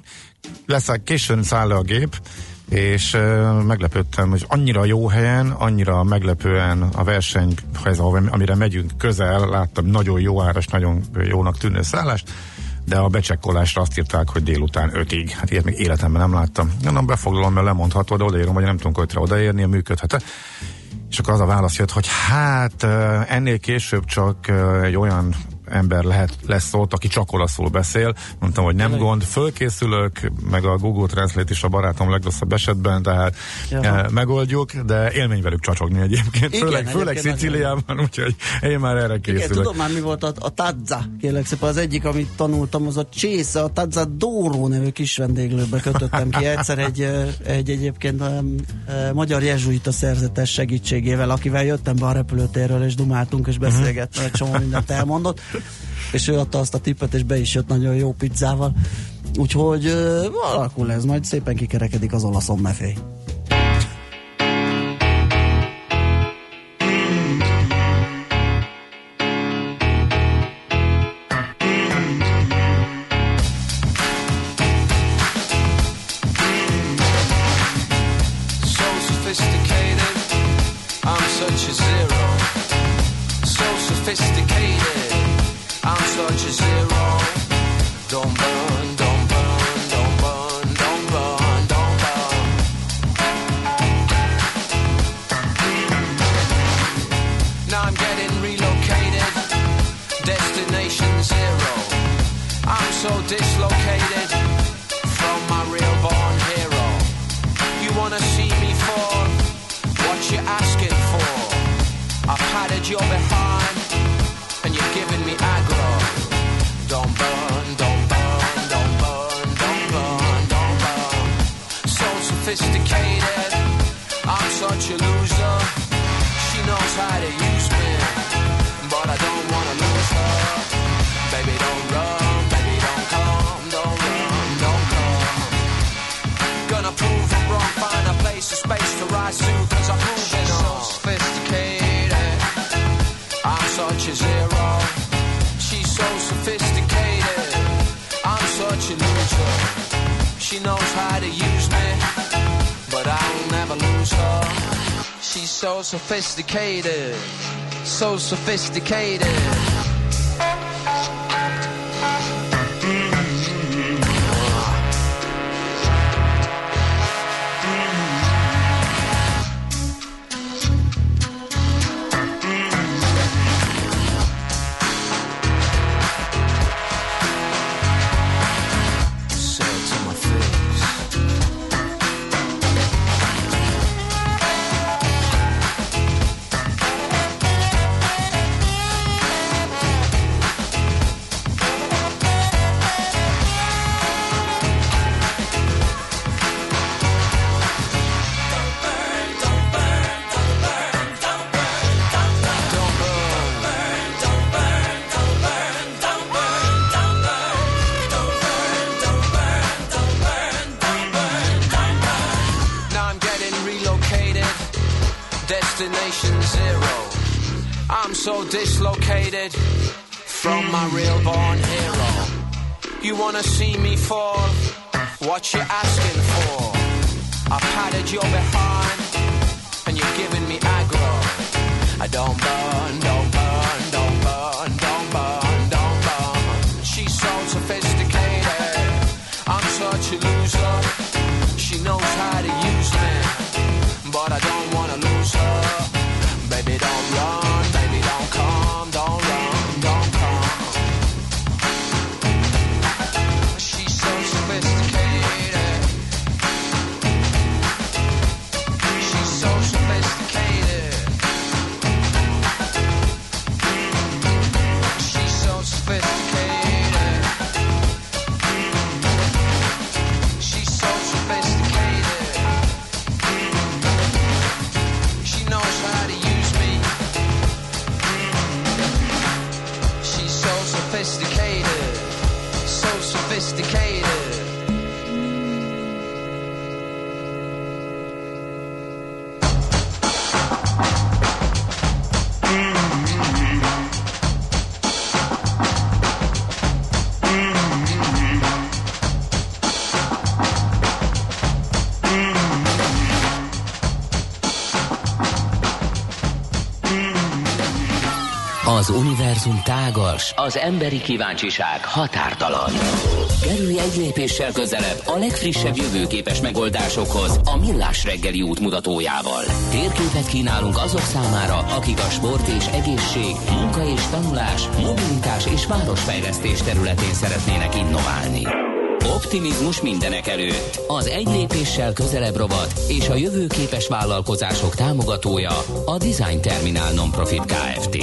leszáll, későn száll le a gép, és uh, meglepődtem, hogy annyira jó helyen, annyira meglepően a versenyhez, amire megyünk közel, láttam nagyon jó áras, nagyon jónak tűnő szállást, de a becsekkolásra azt írták, hogy délután ötig. Hát ilyet még életemben nem láttam. Nem befoglalom, mert lemondható, de odaírom, hogy nem tudunk ötre odaérni, a működhet-e. És akkor az a válasz jött, hogy hát ennél később csak egy olyan ember lehet, lesz ott, aki csak olaszul beszél. Mondtam, hogy nem Jaj. gond, fölkészülök, meg a Google Translate is a barátom legrosszabb esetben, tehát Jaha. megoldjuk, de élmény velük csacsogni egyébként. Igen, főleg, főleg Szicíliában, úgyhogy én már erre készülök. Igen, tudom már mi volt a, a Tazza, kérlek szépen, az egyik, amit tanultam, az a Csésze, a Tazza Dóró nevű kis vendéglőbe kötöttem ki egyszer egy, egy egyébként a, a, a magyar jezsuita szerzetes segítségével, akivel jöttem be a repülőtérről, és dumáltunk, és beszélgettem, uh-huh. egy csomó mindent elmondott. És ő adta azt a tippet, és be is jött nagyon jó pizzával. Úgyhogy uh, alakul ez, majd szépen kikerekedik az olaszon mefély. Sophisticated, so sophisticated. Destination zero. I'm so dislocated from my real born hero. You wanna see me fall? What you asking for? I patted your behind and you're giving me aggro. I don't burn, don't burn, don't burn, don't burn, don't burn. She's so sophisticated, I'm such a loser. She knows how to use me, but I don't wanna lose her. Baby, don't run, baby, don't come, don't run, don't come. She's so sophisticated. She's so sophisticated. Az univerzum tágas, az emberi kíváncsiság határtalan. Kerülj egy lépéssel közelebb a legfrissebb jövőképes megoldásokhoz a Millás reggeli útmutatójával. Térképet kínálunk azok számára, akik a sport és egészség, munka és tanulás, mobilitás és városfejlesztés területén szeretnének innoválni. Optimizmus mindenek előtt. Az egy lépéssel közelebb rovat és a jövőképes vállalkozások támogatója a Design Terminál Non-Profit Kft.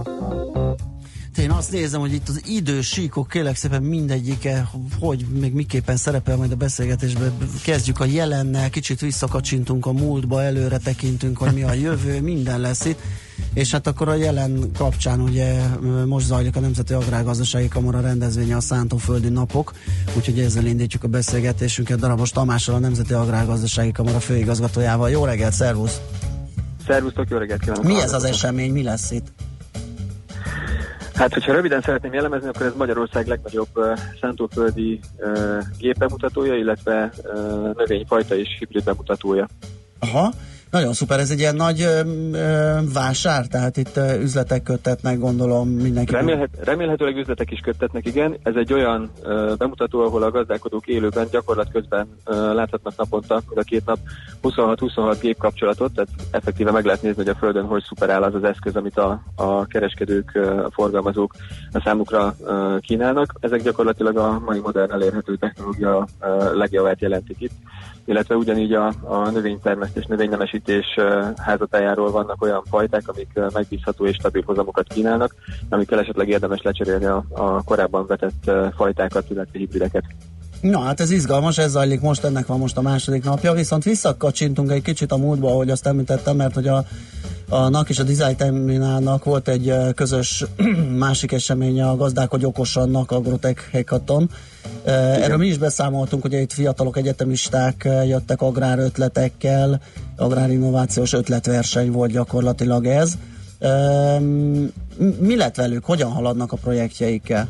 Én azt nézem, hogy itt az idős síkok kérlek szépen mindegyike, hogy még miképpen szerepel majd a beszélgetésben. Kezdjük a jelennel, kicsit visszakacsintunk a múltba, előre tekintünk, hogy mi a jövő, minden lesz itt. És hát akkor a jelen kapcsán ugye most zajlik a Nemzeti Agrárgazdasági Kamara rendezvénye, a Szántóföldi Napok, úgyhogy ezzel indítjuk a beszélgetésünket Darabos Tamással, a Nemzeti Agrárgazdasági Kamara főigazgatójával. Jó reggelt, szervusz! Szervusztok, jó reggelt kívánok! Mi ez az esemény, mi lesz itt? Hát, hogyha röviden szeretném jellemezni, akkor ez Magyarország legnagyobb uh, szántóföldi uh, gépbemutatója, illetve uh, növényfajta és hibrid bemutatója. Aha, nagyon szuper, ez egy ilyen nagy ö, ö, vásár, tehát itt ö, üzletek köttetnek, gondolom mindenki. Remélhet, remélhetőleg üzletek is köttetnek, igen. Ez egy olyan ö, bemutató, ahol a gazdálkodók élőben, gyakorlat közben ö, láthatnak naponta, a két nap huszonhat-huszonhat gép kapcsolatot, tehát effektíve meg lehet nézni, hogy a Földön hogy szuperál az az eszköz, amit a, a kereskedők, a forgalmazók a számukra ö, kínálnak. Ezek gyakorlatilag a mai modern elérhető technológia ö, legjavát jelentik itt, illetve ugyanígy a, a növénytermesztés, növénynemesítés házatájáról vannak olyan fajták, amik megbízható és stabil hozamokat kínálnak, amikkel esetleg érdemes lecserélni a, a korábban vetett fajtákat, illetve hibrideket. Na hát ez izgalmas, ez zajlik most, ennek van most a második napja, viszont visszakacsintunk egy kicsit a múltba, ahogy azt említettem, mert hogy a a nak és a Design Terminálnak volt egy közös másik eseménye, a Gazdálkodj okosan nak Agrotech Hackathon. Igen. Erről mi is beszámoltunk, hogy itt fiatalok, egyetemisták jöttek agrárötletekkel, agrárinnovációs ötletverseny volt gyakorlatilag ez. Mi lett velük? Hogyan haladnak a projektjeikkel?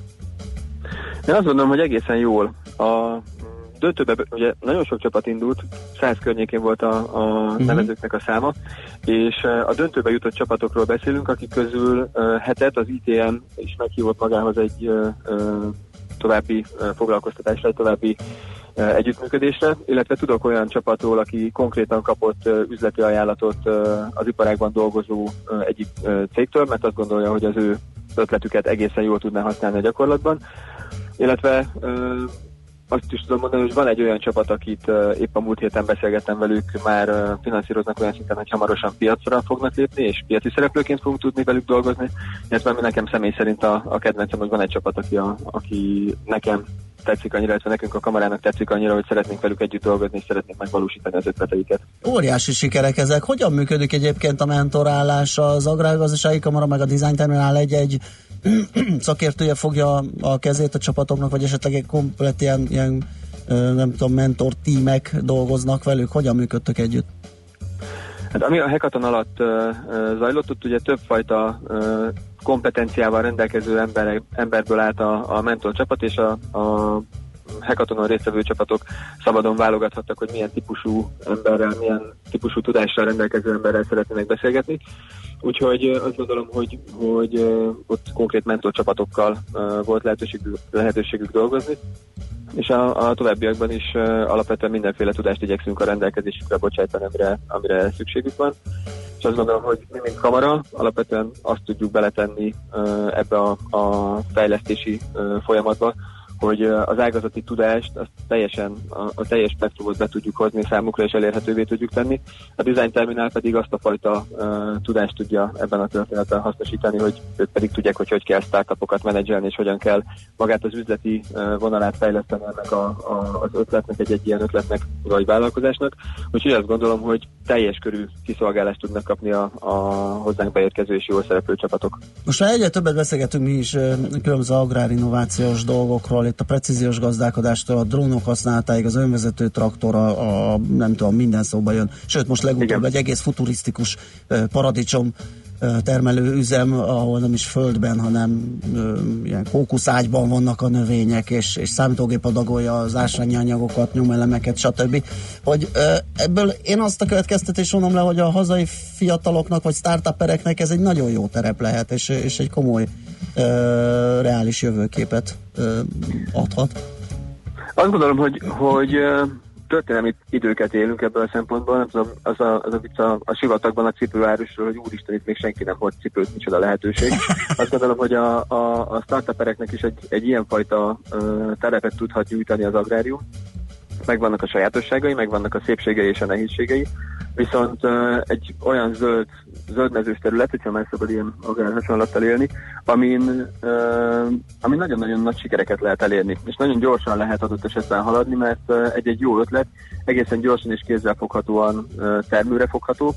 Én azt gondolom, hogy egészen jól. A döntőbe, ugye nagyon sok csapat indult, száz környékén volt a, a uh-huh. nevezőknek a száma, és a döntőbe jutott csapatokról beszélünk, akik közül uh, hetet az i té em is meghívott magához egy uh, uh, további uh, foglalkoztatásra, egy további uh, együttműködésre, illetve tudok olyan csapatról, aki konkrétan kapott uh, üzleti ajánlatot uh, az iparágban dolgozó uh, egyik uh, cégtől, mert azt gondolja, hogy az ő ötletüket egészen jól tudná használni a gyakorlatban, illetve uh, azt is tudom mondani, hogy van egy olyan csapat, akit uh, épp a múlt héten beszélgettem velük, már uh, finanszíroznak olyan szinten, hogy hamarosan piacra fognak lépni, és piaci szereplőként fogunk tudni velük dolgozni. Illetve nekem személy szerint a, a kedvencem, hogy van egy csapat, aki, a, aki nekem tetszik annyira, illetve nekünk a kamarának tetszik annyira, hogy szeretnénk velük együtt dolgozni, és szeretnénk megvalósítani az ötleteiket. Óriási sikerek ezek. Hogyan működik egyébként a mentorálás? Az Agrárgazdasági Kamara meg a Design Terminál egy-egy szakértője fogja a kezét a csapatoknak, vagy esetleg egy komplet ilyen, ilyen nem tudom, mentor tímek dolgoznak velük? Hogyan működtök együtt? Hát ami a hackathon alatt uh, zajlott, ott ugye többfajta uh, kompetenciával rendelkező ember, emberből állt a, a mentor csapat, és a, a hackathonon résztvevő csapatok szabadon válogathattak, hogy milyen típusú emberrel, milyen típusú tudással rendelkező emberrel szeretnének beszélgetni. Úgyhogy azt gondolom, hogy, hogy ott konkrét mentor csapatokkal volt lehetőségük, lehetőségük dolgozni, és a, a továbbiakban is alapvetően mindenféle tudást igyekszünk a rendelkezésükre bocsájtani, amire, amire szükségük van. És azt gondolom, hogy mi, mint kamara, alapvetően azt tudjuk beletenni ebbe a, a fejlesztési folyamatba, hogy az ágazati tudást azt teljesen, a, a teljes spektrumot be tudjuk hozni számukra, és elérhetővé tudjuk tenni. A Design Terminál pedig azt a fajta uh, tudást tudja ebben a történetben hasznosítani, hogy ők pedig tudják, hogy hogy kell startupokat menedzselni, és hogyan kell magát az üzleti uh, vonalát fejleszteni ennek a, a, az ötletnek, egy, egy ilyen ötletnek, vagy vállalkozásnak. Úgyhogy azt gondolom, hogy teljes körű kiszolgálást tudnak kapni a, a hozzánk beérkező és jól szereplő csapatok. Most már egyre többet beszélgetünk mi is különböző agrárinnovációs dolgokról, itt a precíziós gazdálkodástól, a drónok használatáig, az önvezető traktor, a, a nem tudom, minden szóba jön. Sőt, most legutóbb Igen. egy egész futurisztikus uh, paradicsom termelőüzem, ahol nem is földben, hanem ö, ilyen kókuszágyban vannak a növények, és, és számítógép adagolja az ásványi anyagokat, nyomelemeket, stb. Hogy ö, ebből én azt a következtetést vonom le, hogy a hazai fiataloknak, vagy startupereknek ez egy nagyon jó terep lehet, és, és egy komoly ö, reális jövőképet ö, adhat. Azt gondolom, hogy, hogy történelmi időket élünk ebből a szempontból, nem tudom, az a, az a vicc a, a sivatagban a cipőárusról, hogy úristen, itt még senki nem hord cipőt, micsoda lehetőség. Azt gondolom, hogy a, a, a startupereknek is egy, egy ilyenfajta uh, terepet tudhat nyújtani az agrárium. Megvannak a sajátosságai, megvannak a szépségei és a nehézségei, viszont uh, egy olyan zöld, zöldmezős terület, hogyha már szabad ilyen agrár hasonlattal élni, amin, uh, amin nagyon-nagyon nagy sikereket lehet elérni, és nagyon gyorsan lehet adott esetben haladni, mert uh, egy-egy jó ötlet egészen gyorsan és kézzelfoghatóan uh, termőre fogható,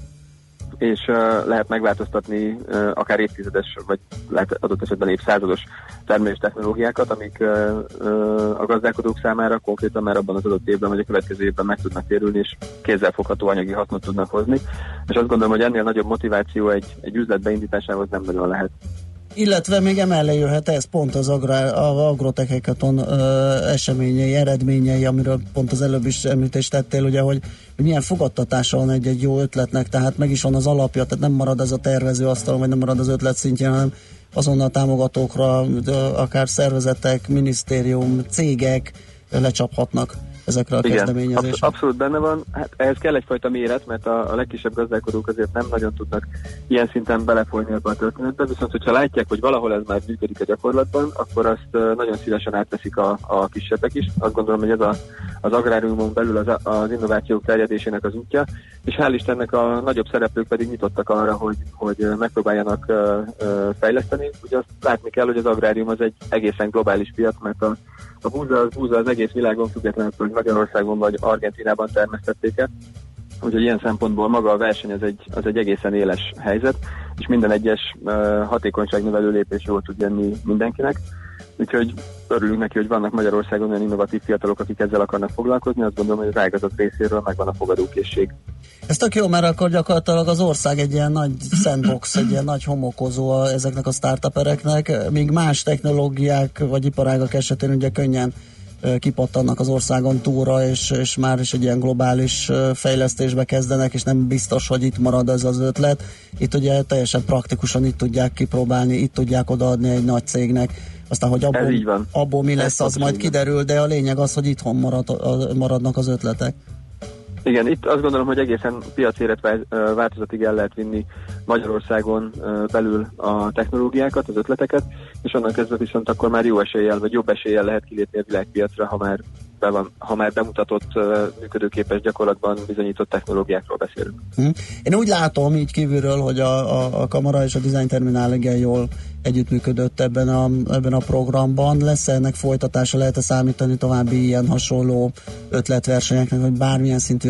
és uh, lehet megváltoztatni uh, akár évtizedes, vagy lehet adott esetben évszázados termelés technológiákat, amik uh, uh, a gazdálkodók számára konkrétan már abban az adott évben, vagy a következő évben meg tudnak térülni, és kézzelfogható anyagi hasznot tudnak hozni. És azt gondolom, hogy ennél nagyobb motiváció egy, egy üzlet beindításához nem nagyon lehet. Illetve még emellé jöhet ez pont az Agrotech Hackathon eseményei, eredményei, amiről pont az előbb is említést tettél, ugye, hogy, hogy milyen fogadtatása van egy-egy jó ötletnek, tehát meg is van az alapja, tehát nem marad ez a tervező asztalon, vagy nem marad az ötlet szintjén, hanem azonnal támogatókra, akár szervezetek, minisztérium, cégek lecsaphatnak ezekre a kezdeményezésekre. Abszolút, abszolút benne van. Hát ehhez kell egyfajta méret, mert a, a legkisebb gazdálkodók azért nem nagyon tudnak ilyen szinten belefolyni ebbe a történetbe, viszont hogyha látják, hogy valahol ez már működik a gyakorlatban, akkor azt nagyon szívesen átveszik a, a kisebbek is. Azt gondolom, hogy ez a, az agráriumon belül az, az innovációk terjedésének az útja, és hál' Istennek a nagyobb szereplők pedig nyitottak arra, hogy, hogy megpróbáljanak uh, uh, fejleszteni. Ugye azt látni kell, hogy az agrárium az egy egészen globális piac, mert a A búza az, búza az egész világon, függetlenül, hogy Magyarországon vagy Argentínában termesztették el. Úgyhogy ilyen szempontból maga a verseny az egy, az egy egészen éles helyzet, és minden egyes uh, hatékonyságnövelő lépés jól tud jönni mindenkinek. Úgyhogy örülünk neki, hogy vannak Magyarországon olyan innovatív fiatalok, akik ezzel akarnak foglalkozni. Azt gondolom, hogy az ágazat részéről megvan a fogadókészség. Ez tök jó, mert akkor gyakorlatilag az ország egy ilyen nagy sandbox, egy ilyen nagy homokozó ezeknek a startupereknek, míg más technológiák vagy iparágak esetén ugye könnyen kipattannak az országon túlra, és, és már is egy ilyen globális fejlesztésbe kezdenek, és nem biztos, hogy itt marad ez az ötlet. Itt ugye teljesen praktikusan itt tudják kipróbálni, itt tudják odaadni egy nagy cégnek. Aztán, hogy abból, abból mi lesz, az majd kiderül, de a lényeg az, hogy itthon marad, maradnak az ötletek. Igen, itt azt gondolom, hogy egészen piacéret változatig el lehet vinni Magyarországon belül a technológiákat, az ötleteket, és onnan kezdve viszont akkor már jó eséllyel, vagy jobb eséllyel lehet kilépni a világpiacra, ha már, be van, ha már bemutatott, működőképes gyakorlatban bizonyított technológiákról beszélünk. Én úgy látom így kívülről, hogy a, a, a kamara és a Design Terminál igen jól együttműködött ebben a, ebben a programban. Lesz ennek folytatása, lehet-e számítani további ilyen hasonló ötletversenyeknek, vagy bármilyen szintű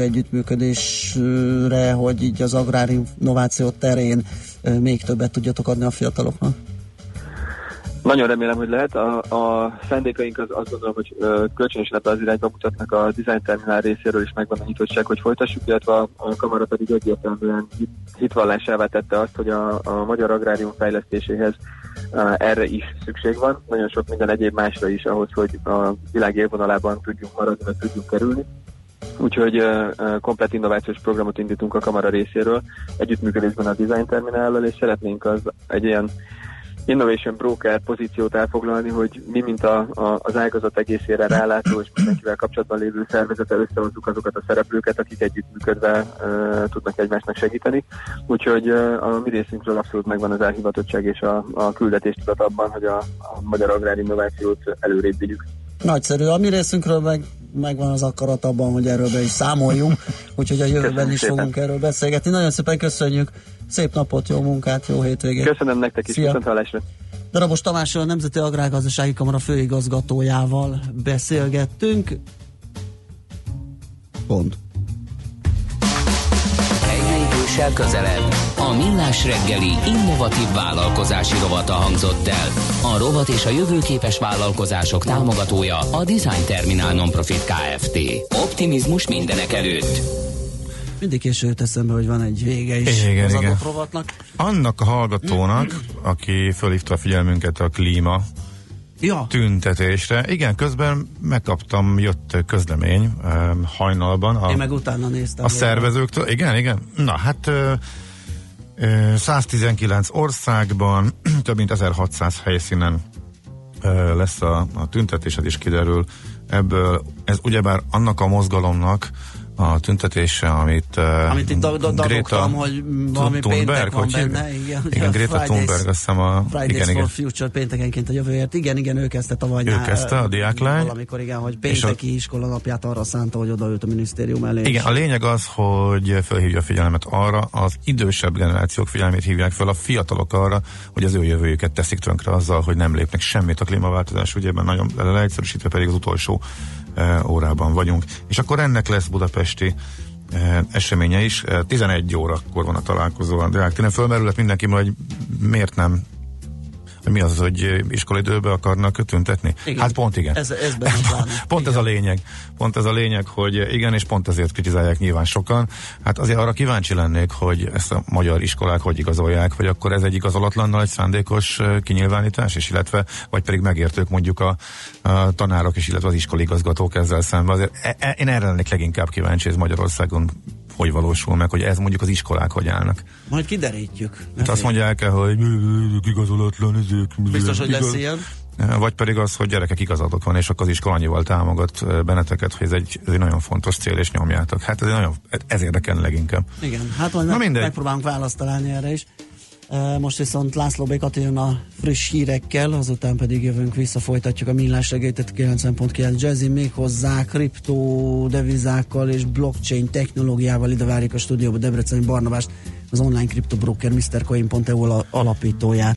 együttműködésre, hogy így az agrári innováció terén még többet tudjatok adni a fiataloknak? Nagyon remélem, hogy lehet. A, a szándékaink az, azt gondolom, hogy ö, kölcsönösen ebbe az irányba mutatnak, a Design Terminál részéről is megvan a nyitottság, hogy folytassuk, illetve a, a kamara pedig egyértelműen hit, hitvallásává tette azt, hogy a, a magyar agrárium fejlesztéséhez uh, erre is szükség van. Nagyon sok minden egyéb másra is ahhoz, hogy a világ élvonalában tudjunk maradni, meg tudjunk kerülni. Úgyhogy uh, komplett innovációs programot indítunk a kamara részéről, együttműködésben a Design Terminállal, és szeretnénk az egy ilyen innovation broker pozíciót elfoglalni, hogy mi, mint a, a, az ágazat egészére rálátó és mindenkivel kapcsolatban lévő szervezettel összehozzuk azokat a szereplőket, akik együttműködve uh, tudnak egymásnak segíteni. Úgyhogy uh, a mi részünkről abszolút megvan az elhivatottság és a, a küldetéstudat abban, hogy a, a magyar agrárinnovációt előrébb vigyük. Nagyszerű. A mi részünkről meg, megvan az akarat abban, hogy erről be is számoljunk, úgyhogy a jövőben Köszönöm is szépen. fogunk erről beszélgetni. Nagyon szépen köszönjük. Szép napot, jó munkát, jó hétvégét. Köszönöm nektek is, viszont hallásra. Darabos Tamással, a Nemzeti Agrárgazdasági Kamara főigazgatójával beszélgettünk. Pont. Egy lépéssel közelebb. A Millás reggeli innovatív vállalkozási rovata hangzott el. A rovat és a jövőképes vállalkozások támogatója a Design Terminál Nonprofit Kft. Optimizmus mindenek előtt. Mindig késő jut eszembe, hogy van egy vége is igen, az igen. adóprovatnak. Annak a hallgatónak, aki fölhívta a figyelmünket a klíma ja. tüntetésre. Igen, közben megkaptam, jött közlemény um, hajnalban. A, Én meg utána néztem. A szervezőktől. Igen, igen. Na, hát uh, uh, száztizenkilenc országban, több mint ezerhatszáz helyszínen uh, lesz a, a tüntetés, ez is kiderül ebből. Ez ugyebár annak a mozgalomnak a tüntetése, amit, uh, amit itt dadogtam, hogy valami péntek van benne. Igen, igen Greta Thunberg, azt hiszem a... Fridays igen, for igen. Future péntekenként a jövőért. Igen, igen, ő kezdte tavaly. Ő kezdte, a diáklány. Valamikor, igen, hogy pénteki a... iskola napját arra szánta, hogy odaült a minisztérium elé. Igen, a lényeg az, hogy felhívja a figyelmet arra, az idősebb generációk figyelmét hívják fel, a fiatalok arra, hogy az ő jövőjüket teszik tönkre azzal, hogy nem lépnek semmit a klímaváltozás ügyében, nagyon leegyszerűsítve pedig az utolsó uh, órában vagyunk. És akkor ennek lesz budapesti uh, eseménye is. Uh, tizenegy órakor van a találkozó a Deák. Fölmerülhet mindenki, hogy miért nem, hogy mi az, hogy iskolaidőbe akarnak tüntetni? Igen. Hát pont igen. Ez, ez pont igen. ez a lényeg. Pont ez a lényeg, hogy igen, és pont ezért kritizálják nyilván sokan. Hát azért arra kíváncsi lennék, hogy ezt a magyar iskolák hogy igazolják, hogy akkor ez egy igazolatlannal egy szándékos kinyilvánítás, és illetve, vagy pedig megértők mondjuk a, a tanárok, és illetve az iskoligazgatók ezzel szemben. Azért e, e, én erre lennék leginkább kíváncsi, ez Magyarországon hogy valósul meg, hogy ez mondjuk az iskolák hogy állnak. Majd kiderítjük. Hát azt mondják el, hogy igazolatlan ezek. Biztos, hogy lesz ilyen. Vagy pedig az, hogy gyerekek igazatok van, és akkor az iskola annyival támogat benneteket, hogy ez egy, ez egy nagyon fontos cél, és nyomjátok. Hát ez, nagyon, ez érdekel leginkább. Igen, hát majd meg, megpróbálunk választ találni erre is. Most viszont László B. Kati jön a friss hírekkel, azután pedig jövünk vissza, folytatjuk a millás reggelyt, kilencven pont kilenc Jazzy, méghozzá kriptodevizákkal és blockchain technológiával. Ide várjuk a stúdióba Debreceni Barnabást, az online kriptobroker mister coin pont e u alapítóját.